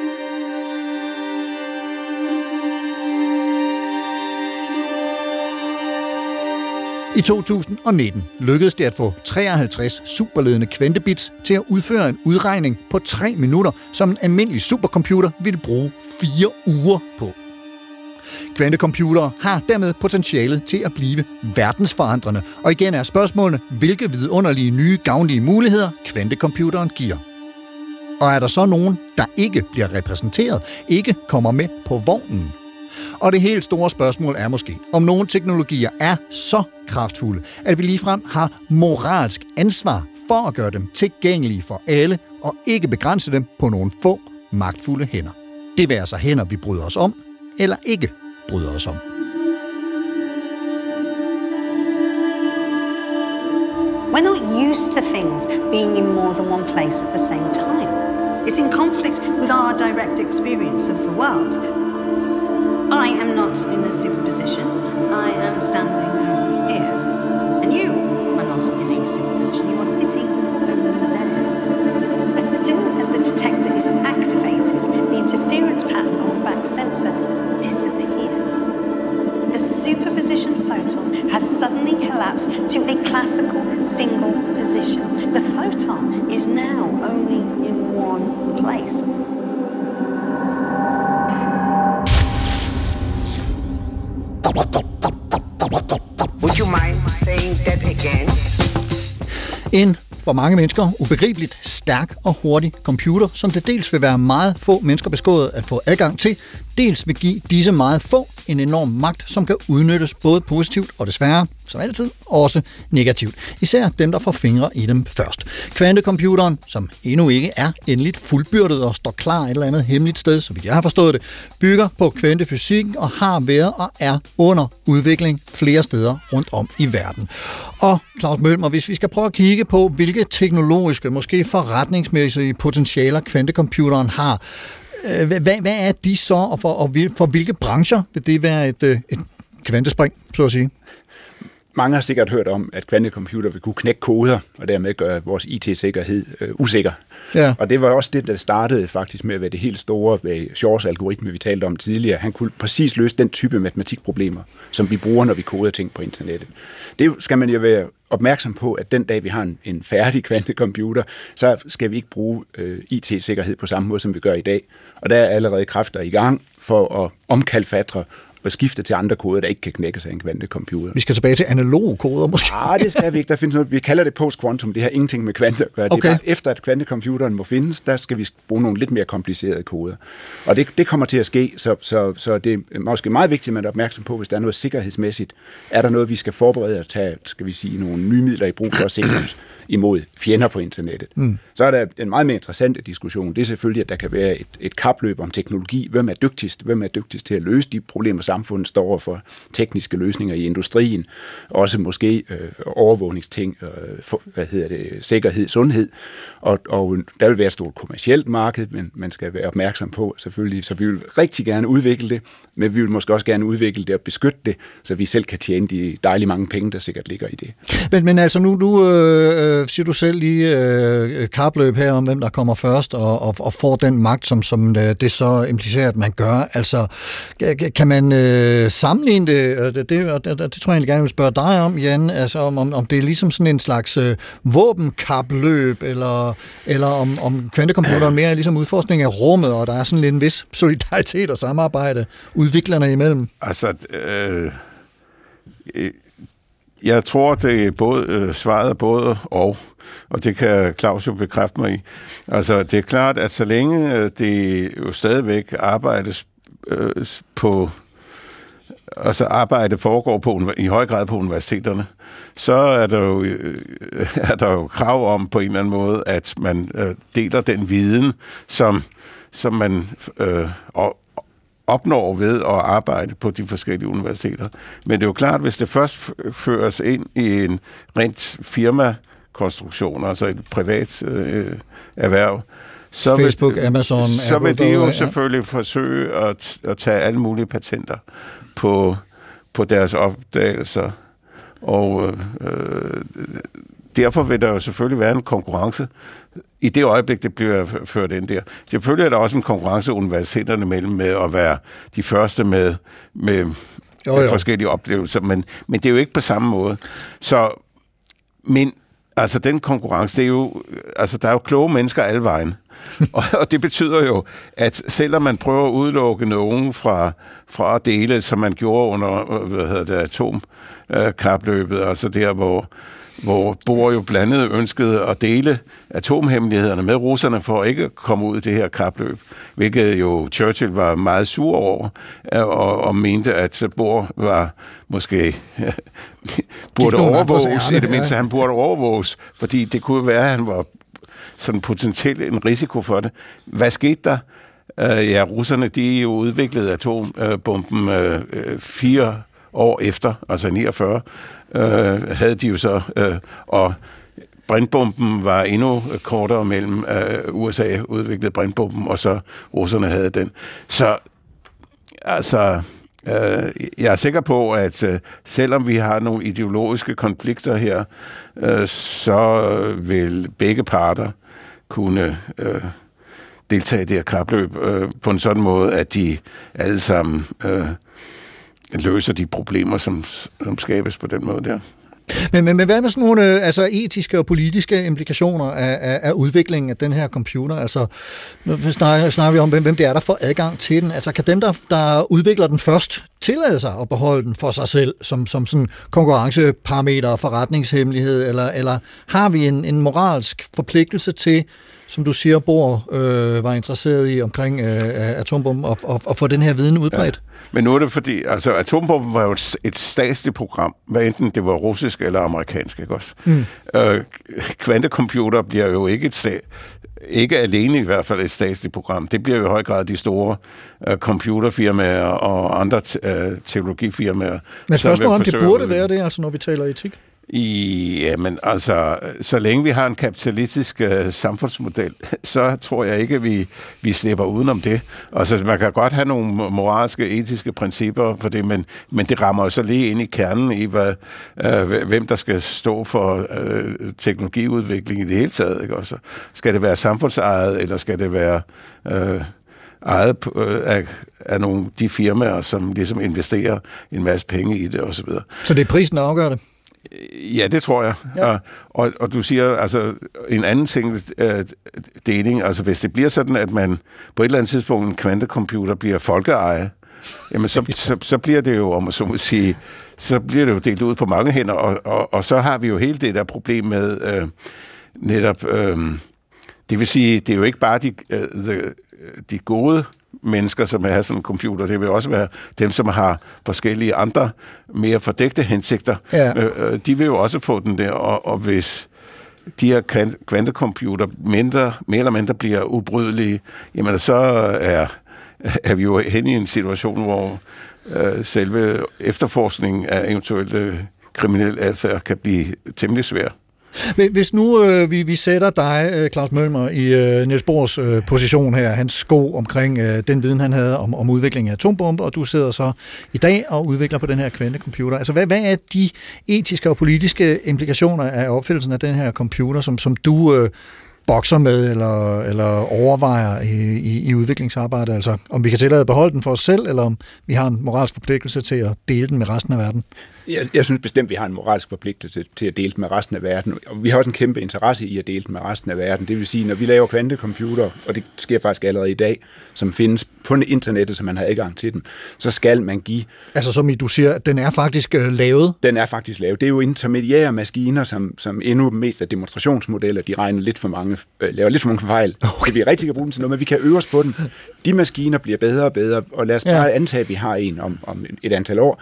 I to tusind og nitten lykkedes det at få treoghalvtreds superledende kvantebits til at udføre en udregning på tre minutter, som en almindelig supercomputer ville bruge fire uger på. Kvantecomputere har dermed potentialet til at blive verdensforandrende, og igen er spørgsmålene, hvilke vidunderlige nye gavnlige muligheder kvantecomputeren giver. Og er der så nogen, der ikke bliver repræsenteret, ikke kommer med på vognen? Og det helt store spørgsmål er måske, om nogle teknologier er så kraftfulde, at vi ligefrem har moralsk ansvar for at gøre dem tilgængelige for alle og ikke begrænse dem på nogle få magtfulde hænder. Det vil altså hænder, vi bryder os om, eller ikke bryder os om. We're not used to things being in more than one place at the same time. It's in conflict with our direct experience of the world. I am not in a superposition. I am standing over here. And you are not in a superposition. You are sitting over there. As soon as the detector is activated, the interference pattern on the back sensor disappears. The superposition photon has suddenly collapsed to a classical single position. The photon is now only in one place. Would you mind saying that again? En for mange mennesker ubegribeligt stærk og hurtig computer, som det dels vil være meget få mennesker beskåret at få adgang til, dels vil give disse meget få en enorm magt, som kan udnyttes både positivt og desværre, som altid, også negativt. Især dem, der får fingre i dem først. Kvantecomputeren, som endnu ikke er endeligt fuldbyrdet og står klar et eller andet hemmeligt sted, så vidt jeg har forstået det, bygger på kvantefysikken og har været og er under udvikling flere steder rundt om i verden. Og Claus Mølmer, hvis vi skal prøve at kigge på, hvilke teknologiske, måske forretningsmæssige potentialer kvantecomputeren har, hvad, hvad er de så, og for, og for hvilke brancher vil det være et, et kvantespring, så at sige? Mange har sikkert hørt om, at kvantecomputer vil kunne knække koder, og dermed gøre vores I T-sikkerhed øh, usikker. Ja. Og det var også det, der startede faktisk med at være det helt store ved Shors algoritme, vi talte om tidligere. Han kunne præcis løse den type matematikproblemer, som vi bruger, når vi koder ting på internettet. Det skal man jo være opmærksom på, at den dag, vi har en, en færdig kvantecomputer, så skal vi ikke bruge øh, I T-sikkerhed på samme måde, som vi gør i dag. Og der er allerede kræfter i gang for at omkalfatre og skifte til andre koder, der ikke kan knækkes af en kvantecomputer. Vi skal tilbage til analoge koder, måske? Nej, det skal vi ikke. Der findes noget, vi kalder det post-quantum. Det har ingenting med kvante at gøre. Okay. Det er, efter at kvantecomputeren må findes, der skal vi bruge nogle lidt mere komplicerede koder. Og det, det kommer til at ske, så, så, så det er måske meget vigtigt, at man er opmærksom på, hvis der er noget sikkerhedsmæssigt. Er der noget, vi skal forberede at tage, skal vi sige, nogle nye midler i brug for at sikre os imod fjender på internettet. Mm. Så er der en meget mere interessant diskussion. Det er selvfølgelig, at der kan være et, et kapløb om teknologi. Hvem er dygtigst? Hvem er dygtigst til at løse de problemer, samfundet står over for? Tekniske løsninger i industrien. Også måske øh, overvågningsting, øh, for, hvad hedder det, sikkerhed, sundhed. Og, og der vil være et stort kommercielt marked, men man skal være opmærksom på selvfølgelig. Så vi vil rigtig gerne udvikle det, men vi vil måske også gerne udvikle det og beskytte det, så vi selv kan tjene de dejlige mange penge, der sikkert ligger i det. Men, men altså nu, nu øh, siger du selv lige øh, kapløb her om, hvem der kommer først og, og, og får den magt, som, som det så implicerer, at man gør. Altså, kan man øh, sammenligne det, det, det, det, det tror jeg egentlig gerne vil spørge dig om, Jan, altså om, om, om det er ligesom sådan en slags øh, våbenkapløb, eller, eller om, om kvantecomputeren mere er ligesom udforskning af rummet, og der er sådan lidt en vis solidaritet og samarbejde udviklerne imellem? Altså, øh, jeg tror, det er både, øh, svaret er både og, og det kan Claus jo bekræfte mig i. Altså, det er klart, at så længe øh, det jo stadigvæk arbejdes øh, på, altså arbejde foregår på, i høj grad på universiteterne, så er der jo, øh, er der jo krav om på en eller anden måde, at man øh, deler den viden, som, som man øh, og, opnår ved at arbejde på de forskellige universiteter. Men det er jo klart, hvis det først føres ind i en rent firmakonstruktion, altså et privat øh, erhverv, så Facebook, vil, Amazon, så vil det jo selvfølgelig forsøge at, at tage alle mulige patenter på, på deres opdagelser. Og øh, derfor vil der jo selvfølgelig være en konkurrence i det øjeblik, det bliver ført ind der. Selvfølgelig er der også en konkurrence universiteterne mellem med at være de første med, med jo, jo. forskellige oplevelser, men, men det er jo ikke på samme måde. Så, men altså den konkurrence, det er jo, altså der er jo kloge mennesker alle vejen. og, og det betyder jo, at selvom man prøver at udelukke nogen fra, fra at dele, som man gjorde under, hvad hedder det, atomkapløbet, altså der, hvor hvor Bohr jo blandt andet ønskede at dele atomhemmelighederne med russerne for at ikke komme ud i det her kapløb, hvilket jo Churchill var meget sur over, og, og mente, at Bohr var måske burde overvåges, i det mindste han burde overvåges, fordi det kunne være, at han var sådan potentielt en risiko for det. Hvad skete der? Uh, ja, russerne, de jo udviklede atombomben uh, fire år efter, altså niogfyrre, øh, havde de jo så, øh, og brintbomben var endnu kortere mellem øh, U S A udviklede brintbomben, og så russerne havde den. Så altså, øh, jeg er sikker på, at øh, selvom vi har nogle ideologiske konflikter her, øh, så vil begge parter kunne øh, deltage i det her kapløb øh, på en sådan måde, at de alle sammen øh, løser de problemer, som, som skabes på den måde der. Men, men, men hvad med sådan nogle altså, etiske og politiske implikationer af, af, af udviklingen af den her computer? Altså, nu snakker, snakker vi om, hvem, hvem det er, der får adgang til den. Altså, kan dem, der, der udvikler den først, tillade sig at beholde den for sig selv, som, som sådan konkurrenceparameter og forretningshemmelighed, eller, eller har vi en, en moralsk forpligtelse til som du siger, Bohr øh, var interesseret i omkring øh, atombomben og, og, og få den her viden udbredt? Ja. Men nu er det fordi, altså atombomben var jo et, et statsligt program, hvad enten det var russisk eller amerikansk, ikke også? Mm. Øh, kvantecomputer bliver jo ikke et stat, ikke alene i hvert fald et statsligt program. Det bliver jo i høj grad de store uh, computerfirmaer og andre t- uh, teknologifirmaer. Men spørgsmålet om det burde være det, altså når vi taler etik? Ja, men altså, så længe vi har en kapitalistisk uh, samfundsmodel, så tror jeg ikke, at vi, vi slipper udenom det. Altså, man kan godt have nogle moralske, etiske principper for det, men, men det rammer jo så lige ind i kernen i, hvad, uh, hvem der skal stå for uh, teknologiudvikling i det hele taget. Ikke? Også, skal det være samfundsejet, eller skal det være uh, ejet uh, af, af nogle de firmaer, som ligesom investerer en masse penge i det osv. Så, så det er prisen, der afgør det? Ja, det tror jeg. Ja. Og, og, og du siger, altså, en anden ting, øh, deling, altså hvis det bliver sådan, at man på et eller andet tidspunkt en kvantecomputer bliver folkeeje, jamen så, så, så bliver det jo, om man så må sige, så bliver det jo delt ud på mange hænder, og, og, og så har vi jo hele det der problem med øh, netop, øh, det vil sige, det er jo ikke bare de, øh, de, de gode mennesker, som har sådan en computer. Det vil også være dem, som har forskellige andre, mere fordækte hensigter. Ja. Øh, de vil jo også få den der, og, og hvis de her kvantecomputer mindre, mere eller mindre bliver ubrydelige, jamen så er, er vi jo hen i en situation, hvor øh, selve efterforskningen af eventuelle kriminel adfærd kan blive temmelig svær. Hvis nu øh, vi, vi sætter dig, Claus Mølmer, i øh, Niels Bohrs øh, position her, hans sko omkring øh, den viden, han havde om, om udvikling af atombomber, og du sidder så i dag og udvikler på den her kvantecomputer. Altså, hvad, hvad er de etiske og politiske implikationer af opfindelsen af den her computer, som, som du øh, bokser med eller, eller overvejer i, i, i udviklingsarbejdet? Altså, om vi kan tillade at beholde den for os selv, eller om vi har en moralsk forpligtelse til at dele den med resten af verden? Jeg, jeg synes bestemt, vi har en moralsk forpligtelse til at dele den med resten af verden, og vi har også en kæmpe interesse i at dele den med resten af verden. Det vil sige, når vi laver kvantecomputer, og det sker faktisk allerede i dag, som findes på internettet, så man har adgang til den, så skal man give... Altså som du siger, den er faktisk øh, lavet? Den er faktisk lavet. Det er jo intermediære maskiner, som, som endnu mest er demonstrationsmodeller, de regner lidt for mange, øh, laver lidt for mange fejl. Okay. Så vi rigtig kan bruge den til noget, men vi kan øve os på den. De maskiner bliver bedre og bedre, og lad os bare ja. antage, at vi har en om, om et antal år.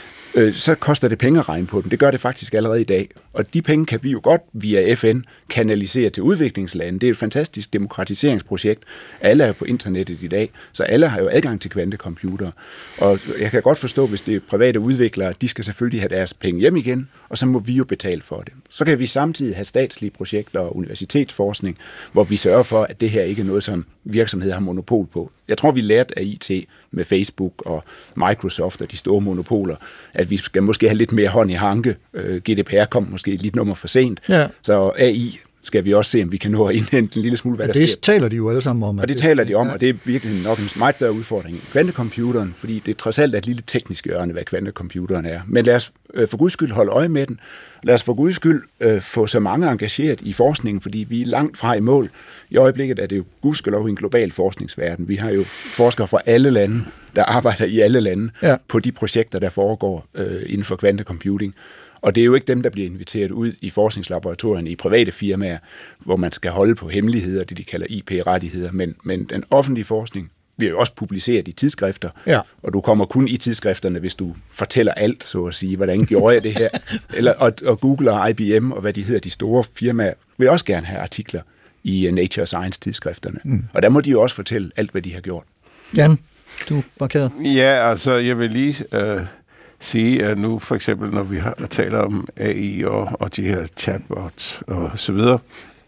Så koster det penge at regne på den. Det gør det faktisk allerede i dag. Og de penge kan vi jo godt via F N kanalisere til udviklingslande. Det er et fantastisk demokratiseringsprojekt. Alle er jo på internettet i dag, så alle har jo adgang til kvantecomputere. Og jeg kan godt forstå, hvis det er private udviklere, de skal selvfølgelig have deres penge hjem igen, og så må vi jo betale for det. Så kan vi samtidig have statslige projekter og universitetsforskning, hvor vi sørger for, at det her ikke er noget, som virksomheder har monopol på. Jeg tror, vi lærte af I T med Facebook og Microsoft og de store monopoler, at vi skal måske have lidt mere hånd i hanke. G D P R kom måske lidt nummer for sent, ja. Så A I skal vi også se, om vi kan nå at indhente en lille smule, hvad ja, der det sker. Det taler de jo alle sammen om. Og det, det taler de om, ja. Og det er virkelig nok en meget større udfordring. Kvantecomputeren, fordi det trods alt er et lille teknisk hjørne, hvad kvantecomputeren er. Men lad os øh, for guds skyld holde øje med den. Lad os for guds skyld øh, få så mange engageret i forskningen, fordi vi er langt fra i mål. I øjeblikket er det jo gudskelov i en global forskningsverden. Vi har jo forskere fra alle lande, der arbejder i alle lande ja. på de projekter, der foregår øh, inden for kvantecomputing. Og det er jo ikke dem, der bliver inviteret ud i forskningslaboratorierne i private firmaer, hvor man skal holde på hemmeligheder, det de kalder I P-rettigheder. Men, men den offentlige forskning bliver jo også publiceret i tidsskrifter, ja. Og du kommer kun i tidsskrifterne, hvis du fortæller alt, så at sige, hvordan gjorde jeg det her? Eller, og, og Google og I B M og hvad de hedder, de store firmaer, vil også gerne have artikler i Nature Science tidsskrifterne. Mm. Og der må de jo også fortælle alt, hvad de har gjort. Jan, du er markeret. Ja, altså jeg vil lige... Øh sige, at nu for eksempel, når vi har taler om A I og, og de her chatbots og så videre,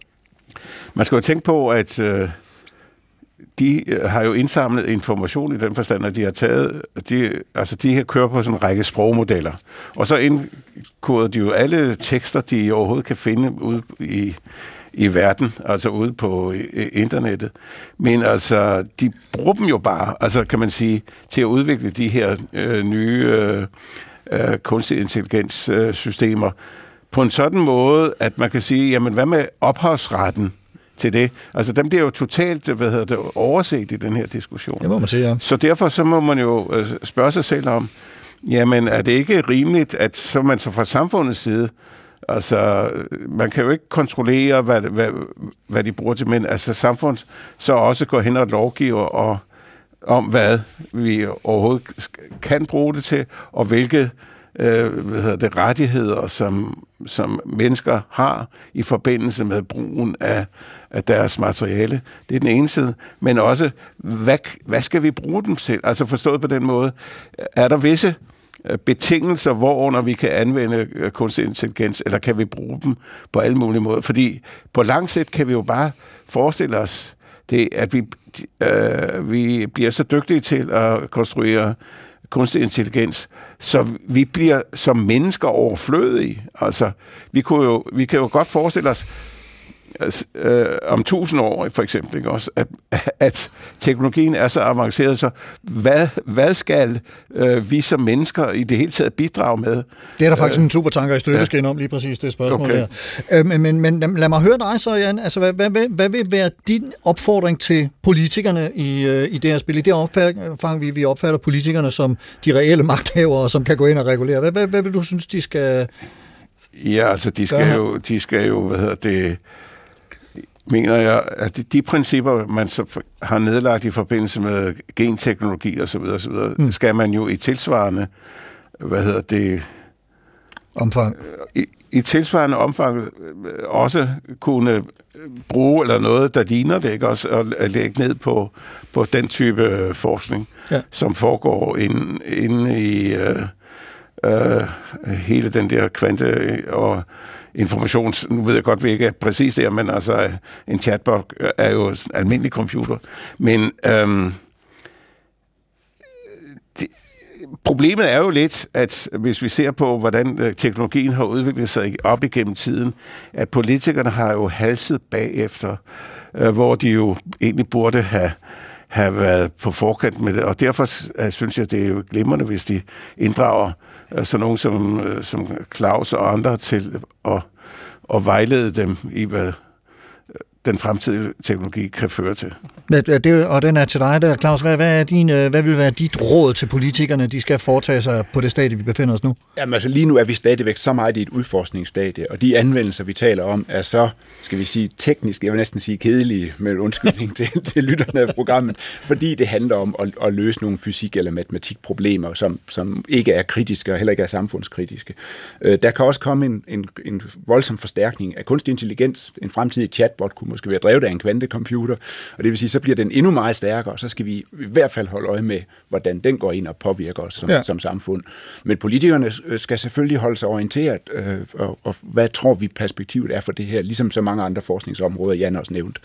man skal jo tænke på, at øh, de har jo indsamlet information i den forstand, at de har taget, de, altså de her kører på sådan en række sprogmodeller, og så indkoder de jo alle tekster, de overhovedet kan finde ude i i verden, altså ude på internettet. Men altså, de bruger dem jo bare, altså kan man sige, til at udvikle de her øh, nye øh, øh, kunstig intelligenssystemer på en sådan måde, at man kan sige, jamen hvad med ophavsretten til det? Altså, den bliver jo totalt, hvad hedder det, overset i den her diskussion. Det må man sige, ja. Så derfor så må man jo øh, spørge sig selv om, jamen er det ikke rimeligt, at så man så fra samfundets side Altså, man kan jo ikke kontrollere, hvad, hvad, hvad de bruger til, men altså samfundet så også går hen og lovgiver og, om, hvad vi overhovedet kan bruge det til, og hvilke øh, hvad hedder det, rettigheder, som, som mennesker har i forbindelse med brugen af, af deres materiale. Det er den ene side. Men også, hvad, hvad skal vi bruge dem til? Altså forstået på den måde, er der visse betingelser, hvorunder vi kan anvende kunstig intelligens, eller kan vi bruge dem på alle mulige måder? Fordi på lang sigt kan vi jo bare forestille os, det, at vi, øh, vi bliver så dygtige til at konstruere kunstig intelligens, så vi bliver som mennesker overflødige. Altså, vi, kunne jo, vi kan jo godt forestille os, Altså, øh, om tusind år for eksempel, ikke også, at, at teknologien er så avanceret, så hvad, hvad skal øh, vi som mennesker i det hele taget bidrage med? Det er der faktisk øh, en supertanker i støbeskeen ja. om, lige præcis det spørgsmål okay. her. Øh, men, men, men lad mig høre dig så, Jan. Altså, hvad, hvad, hvad vil være din opfordring til politikerne i, øh, i det her spil? I det omfang, vi, vi opfatter politikerne som de reelle magthavere, som kan gå ind og regulere. Hvad, hvad, hvad vil du synes, de skal... Ja, altså, de skal jo, de skal jo, hvad hedder det... mener jeg, at de, de principper, man så har nedlagt i forbindelse med genteknologi og så videre, så videre mm. skal man jo i tilsvarende, hvad hedder det, omfang. I, i tilsvarende omfang også kunne bruge eller noget, der ligner det, ikke også, at lægge ned på, på den type forskning, ja. som foregår inde, inde i øh, øh, hele den der kvante og informations... Nu ved jeg godt, vi ikke er præcis der, men altså en chatbot er jo en almindelig computer. Men øhm, det, problemet er jo lidt, at hvis vi ser på, hvordan teknologien har udviklet sig op igennem tiden, at politikerne har jo halset bagefter, øh, hvor de jo egentlig burde have have været på forkant med det, og derfor uh, synes jeg, det er jo glimrende, hvis de inddrager uh, sådan nogen som, uh, som Claus og andre til at, at vejlede dem i, hvad den fremtidige teknologi kan føre til. Det, og den er til dig der, Claus. Hvad, hvad, er din, hvad vil være dit råd til politikerne, de skal foretage sig på det stadie, vi befinder os nu? Jamen altså lige nu er vi stadigvæk så meget i et udforskningsstadie, og de anvendelser, vi taler om, er så, skal vi sige, teknisk, jeg vil næsten sige kedelige, med undskyldning til, til lytterne af programmet, fordi det handler om at, at løse nogle fysik- eller matematikproblemer, som, som ikke er kritiske og heller ikke er samfundskritiske. Der kan også komme en, en, en voldsom forstærkning af kunstig intelligens. En fremtidig chatbot kunne måske være drevet af en kvantecomputer, og det vil sige, så bliver den endnu meget stærkere, og så skal vi i hvert fald holde øje med, hvordan den går ind og påvirker os som, ja. som samfund. Men politikerne skal selvfølgelig holde sig orienteret, øh, og, og hvad tror vi perspektivet er for det her, ligesom så mange andre forskningsområder, Jan også nævnt.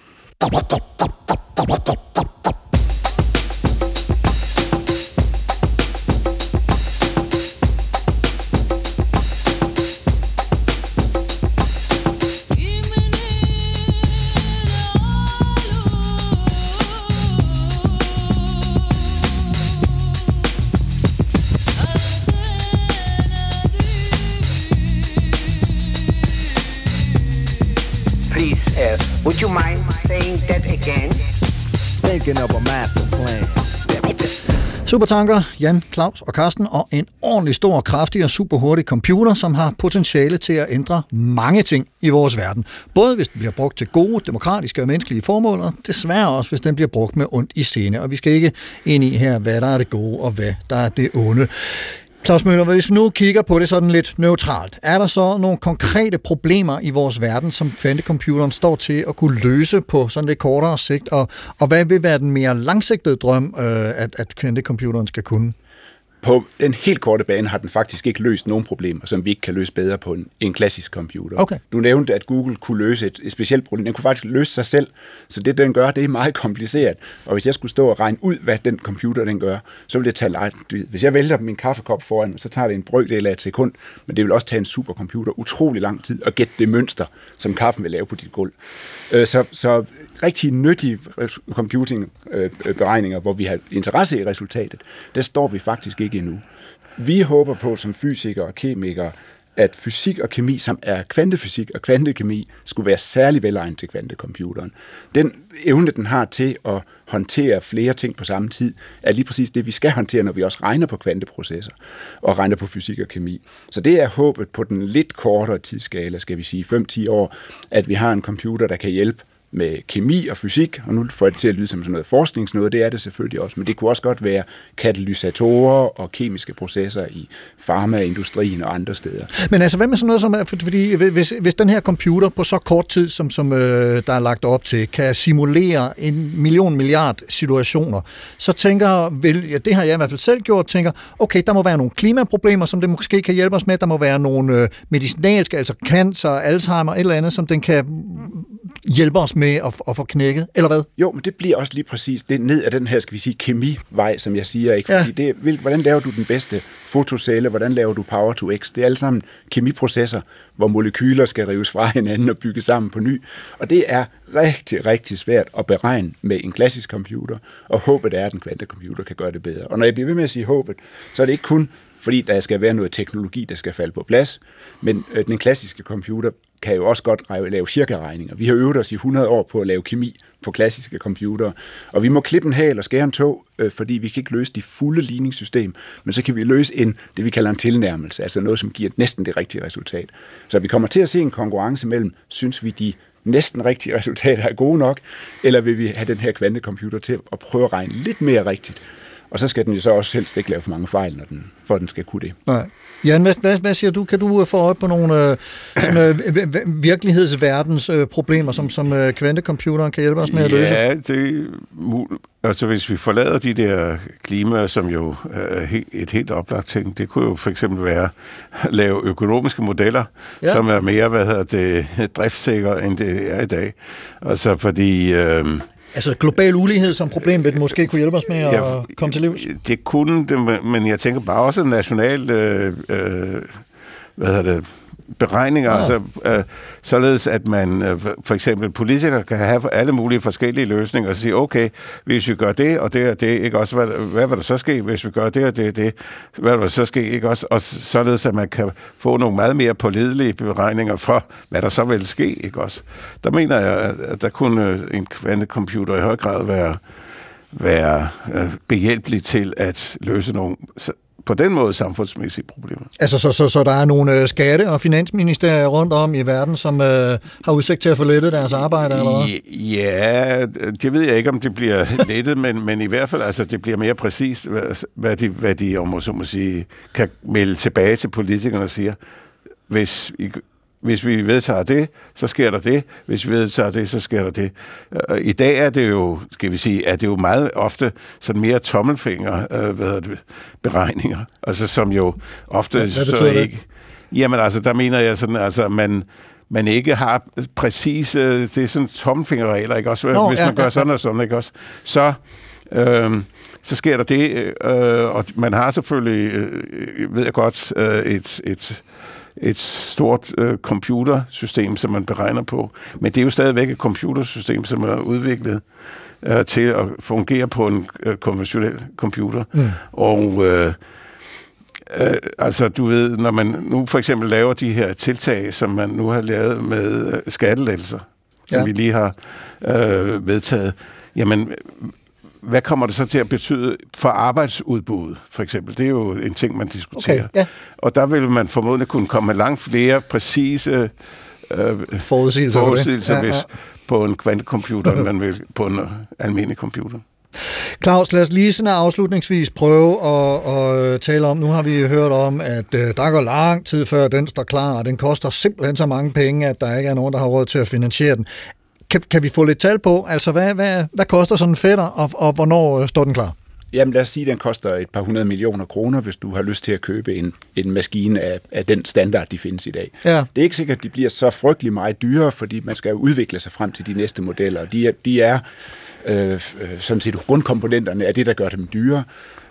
Would you mind saying that again? Thinking of a master plan. Supertanker, Jan, Claus og Carsten, og en ordentlig stor, kraftig og superhurtig computer, som har potentiale til at ændre mange ting i vores verden. Både hvis den bliver brugt til gode, demokratiske og menneskelige formål, og desværre også, hvis den bliver brugt med ondt i sinde. Og vi skal ikke ind i her, hvad der er det gode og hvad der er det onde. Claus Møller, hvis vi nu kigger på det sådan lidt neutralt, er der så nogle konkrete problemer i vores verden, som kvantecomputeren står til at kunne løse på sådan lidt kortere sigt, og, og hvad vil være den mere langsigtede drøm, øh, at, at kvantecomputeren skal kunne? På den helt korte bane har den faktisk ikke løst nogen problemer, som vi ikke kan løse bedre på en, en klassisk computer. Okay. Du nævnte, at Google kunne løse et, et specielt problem. Den kunne faktisk løse sig selv, så det, den gør, det er meget kompliceret. Og hvis jeg skulle stå og regne ud, hvad den computer den gør, så ville det tage langt. Hvis jeg vælter min kaffekop foran, så tager det en brøkdel af et sekund, men det vil også tage en supercomputer utrolig lang tid at gætte det mønster, som kaffen vil lave på dit gulv. Så, så rigtig nyttige computingberegninger, hvor vi har interesse i resultatet, der står vi faktisk ikke endnu. Vi håber på som fysikere og kemikere at fysik og kemi, som er kvantefysik og kvantekemi, skulle være særlig velegnet til kvantecomputeren. Den evne, den har til at håndtere flere ting på samme tid, er lige præcis det, vi skal håndtere, når vi også regner på kvanteprocesser og regner på fysik og kemi. Så det er håbet på den lidt kortere tidsskala, skal vi sige fem til ti år, at vi har en computer, der kan hjælpe med kemi og fysik, og nu får det til at lyde som sådan noget forskningsnøde, det er det selvfølgelig også, men det kunne også godt være katalysatorer og kemiske processer i farmaindustrien og andre steder. Men altså, hvad med sådan noget som, fordi hvis, hvis den her computer på så kort tid, som, som øh, der er lagt op til, kan simulere en million milliard situationer, så tænker, vel, ja, det har jeg i hvert fald selv gjort, tænker, okay, der må være nogle klimaproblemer, som det måske kan hjælpe os med, der må være nogle øh, medicinalske, altså cancer, Alzheimer, et eller andet, som den kan hjælpe os med at, at få knækket, eller hvad? Jo, men det bliver også lige præcis det ned af den her, skal vi sige, kemivej, som jeg siger, ikke? Fordi ja. det, hvordan laver du den bedste fotocelle, hvordan laver du power to x? Det er alle sammen kemiprocesser, hvor molekyler skal rives fra hinanden og bygge sammen på ny. Og det er rigtig, rigtig svært at beregne med en klassisk computer, og håbet er, at en kvantecomputer kan gøre det bedre. Og når jeg bliver ved med at sige håbet, så er det ikke kun fordi der skal være noget teknologi, der skal falde på plads, men øh, den klassiske computer kan jo også godt lave cirka-regninger. Vi har øvet os i hundrede år på at lave kemi på klassiske computere, og vi må klippe en hal og skære en tog, øh, fordi vi kan ikke løse de fulde ligningssystem, men så kan vi løse en, det vi kalder en tilnærmelse, altså noget, som giver næsten det rigtige resultat. Så vi kommer til at se en konkurrence mellem, synes vi, de næsten rigtige resultater er gode nok, eller vil vi have den her kvantecomputer til at prøve at regne lidt mere rigtigt. Og så skal den jo så også helst ikke lave for mange fejl, når den, for at den skal kunne det. Nej. Jan, hvad, hvad, hvad siger du? Kan du få øje på nogle øh, sådan, øh, virkelighedsverdens øh, problemer, som, som øh, kvantecomputeren kan hjælpe os med at løse? Ja, det altså hvis vi forlader de der klimaer, som jo er et helt oplagt ting, det kunne jo for eksempel være at lave økonomiske modeller, ja. som er mere, hvad hedder det, driftsikre, end det er i dag. Altså fordi Øh, Altså global ulighed som problem, vil den måske kunne hjælpe os med at ja, komme til livs? Det kunne det, men jeg tænker bare også nationalt, øh, øh, hvad hedder det, beregninger, ja. altså, øh, således at man, øh, for eksempel politikere kan have alle mulige forskellige løsninger og sige, okay, hvis vi gør det og det og det, ikke også, hvad, hvad vil der så ske, hvis vi gør det og det og det, hvad vil der så ske, ikke også, og således at man kan få nogle meget mere pålidelige beregninger for, hvad der så vil ske, ikke også. Der mener jeg, at der kunne en kvantecomputer i høj grad være, være behjælpelig til at løse nogle på den måde samfundsmæssige problemer. Altså, så, så, så der er nogle øh, skatte- og finansministerier rundt om i verden, som øh, har udsigt til at få lettet deres arbejde, eller hvad? Ja, det ved jeg ikke, om det bliver lettet, men, men i hvert fald, altså, det bliver mere præcist, hvad de, hvad de om, så må sige, kan melde tilbage til politikerne og siger, hvis I Hvis vi vedtager det, så sker der det. Hvis vi vedtager det, så sker der det. I dag er det jo, skal vi sige, er det jo meget ofte sådan mere tommelfinger, øh, hvad hedder det, beregninger, altså som jo ofte hvad, hvad så ikke. Det? Jamen altså, der mener jeg sådan, altså man man ikke har præcise, det er sådan tommelfingerregler, ikke også? Nå, hvis ja, man gør ja, sådan og sådan, ikke også? Så øh, så sker der det, øh, og man har selvfølgelig, øh, ved jeg godt, øh, et et et stort øh, computersystem, som man beregner på. Men det er jo stadigvæk et computersystem, som er udviklet øh, til at fungere på en øh, konventionel computer. Mm. Og øh, øh, altså, du ved, når man nu for eksempel laver de her tiltag, som man nu har lavet med øh, skattelettelser, som ja. vi lige har øh, vedtaget, jamen hvad kommer det så til at betyde for arbejdsudbuddet, for eksempel? Det er jo en ting, man diskuterer. Okay, ja. Og der vil man formodentlig kunne komme med langt flere præcise øh, forudsigelser, forudsigelser ja, ja. hvis på en kvantecomputer, end man vil på en almindelig computer. Claus, lad os lige sådan afslutningsvis prøve at, at tale om, nu har vi hørt om, at uh, der går lang tid før den står klar, og den koster simpelthen så mange penge, at der ikke er nogen, der har råd til at finansiere den. Kan, kan vi få lidt tal på? Altså, hvad, hvad, hvad koster sådan en fætter, og, og hvornår står den klar? Jamen lad os sige, at den koster et par hundrede millioner kroner, hvis du har lyst til at købe en, en maskine af, af den standard, de findes i dag. Ja. Det er ikke sikkert, at de bliver så frygtelig meget dyrere, fordi man skal jo udvikle sig frem til de næste modeller, og de er, de er øh, sådan set grundkomponenterne af det, der gør dem dyre.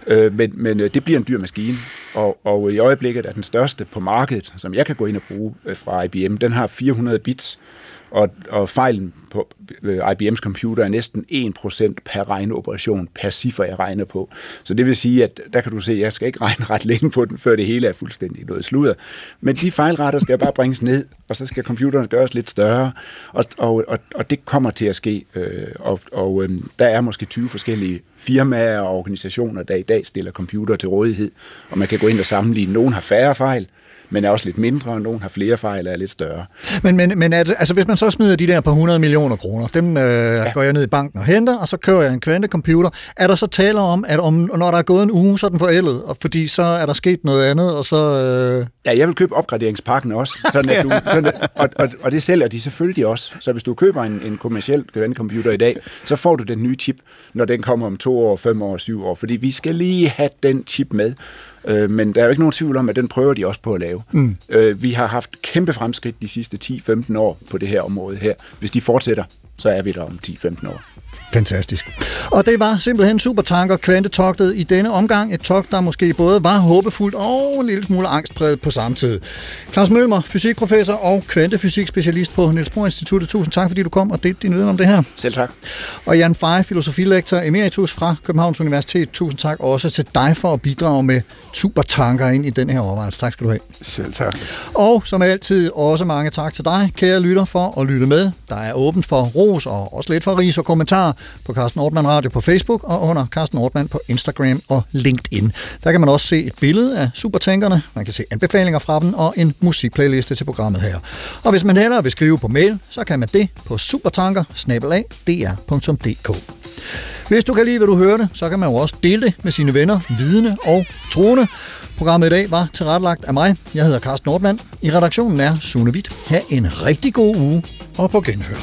Øh, men, men det bliver en dyr maskine, og, og i øjeblikket er den største på markedet, som jeg kan gå ind og bruge fra I B M, den har fire hundrede bits, og, og fejlen på I B M's computer er næsten en procent per regneoperation, per ciffer, jeg regner på. Så det vil sige, at der kan du se, at jeg skal ikke regne ret længe på den, før det hele er fuldstændig noget sludder. Men de fejlretter skal bare bringes ned, og så skal computeren gøres lidt større, og, og, og, og det kommer til at ske. Øh, og og øh, der er måske tyve forskellige firmaer og organisationer, der i dag stiller computer til rådighed, og man kan gå ind og sammenligne. Nogle har færre fejl, men er også lidt mindre, og nogen har flere fejl og er lidt større. Men, men, men altså, hvis man så smider de der par hundrede millioner kroner, dem øh, ja. går jeg ned i banken og henter, og så kører jeg en kvantecomputer. Er der så taler om, at om, når der er gået en uge, så er den forældet, og fordi så er der sket noget andet, og så... Øh... Ja, jeg vil købe opgraderingspakken også, sådan at du, sådan at, og, og, og det sælger de selvfølgelig også. Så hvis du køber en, en kommerciel kvantecomputer i dag, så får du den nye chip, når den kommer om to år, fem år, syv år, fordi vi skal lige have den chip med. Men der er jo ikke nogen tvivl om, at den prøver de også på at lave. Mm. Vi har haft kæmpe fremskridt de sidste ti til femten år på det her område her. Hvis de fortsætter, så er vi der om ti til femten år. Fantastisk. Og det var simpelthen Supertanker Kvantetogtet i denne omgang. Et togt, der måske både var håbefuldt og en lille smule angstpræget på samme tid. Claus Mølmer, fysikprofessor og kvantefysikspecialist på Niels Bohr Instituttet. Tusind tak, fordi du kom og delte din viden om det her. Selv tak. Og Jan Fej, filosofilektor emeritus fra Københavns Universitet. Tusind tak også til dig for at bidrage med Supertanker ind i den her overvejelse. Tak skal du have. Selv tak. Og som altid også mange tak til dig, kære lytter, for at lytte med. Der er åbent for ros og også lidt for ris og kommentarer på Carsten Ortmann Radio på Facebook og under Carsten Ortmann på Instagram og LinkedIn. Der kan man også se et billede af supertankerne, man kan se anbefalinger fra dem og en musikplayliste til programmet her. Og hvis man hellere vil skrive på mail, så kan man det på supertanker bindestreg d r punktum d k. Hvis du kan lide, hvad du hørte, så kan man jo også dele det med sine venner, vidende og troende. Programmet i dag var tilrettelagt af mig. Jeg hedder Carsten Ortmann. I redaktionen er Sune Hvidt. Ha' en rigtig god uge og på genhør.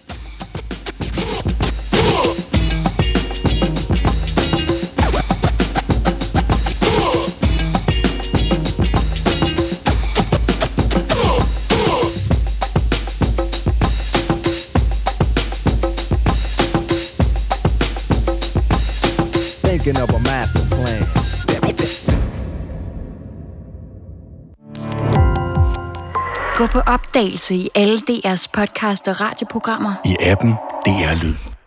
Thinking of a master plan. Gå på opdagelse i alle D R's podcast og radioprogrammer. I appen D R Lyd.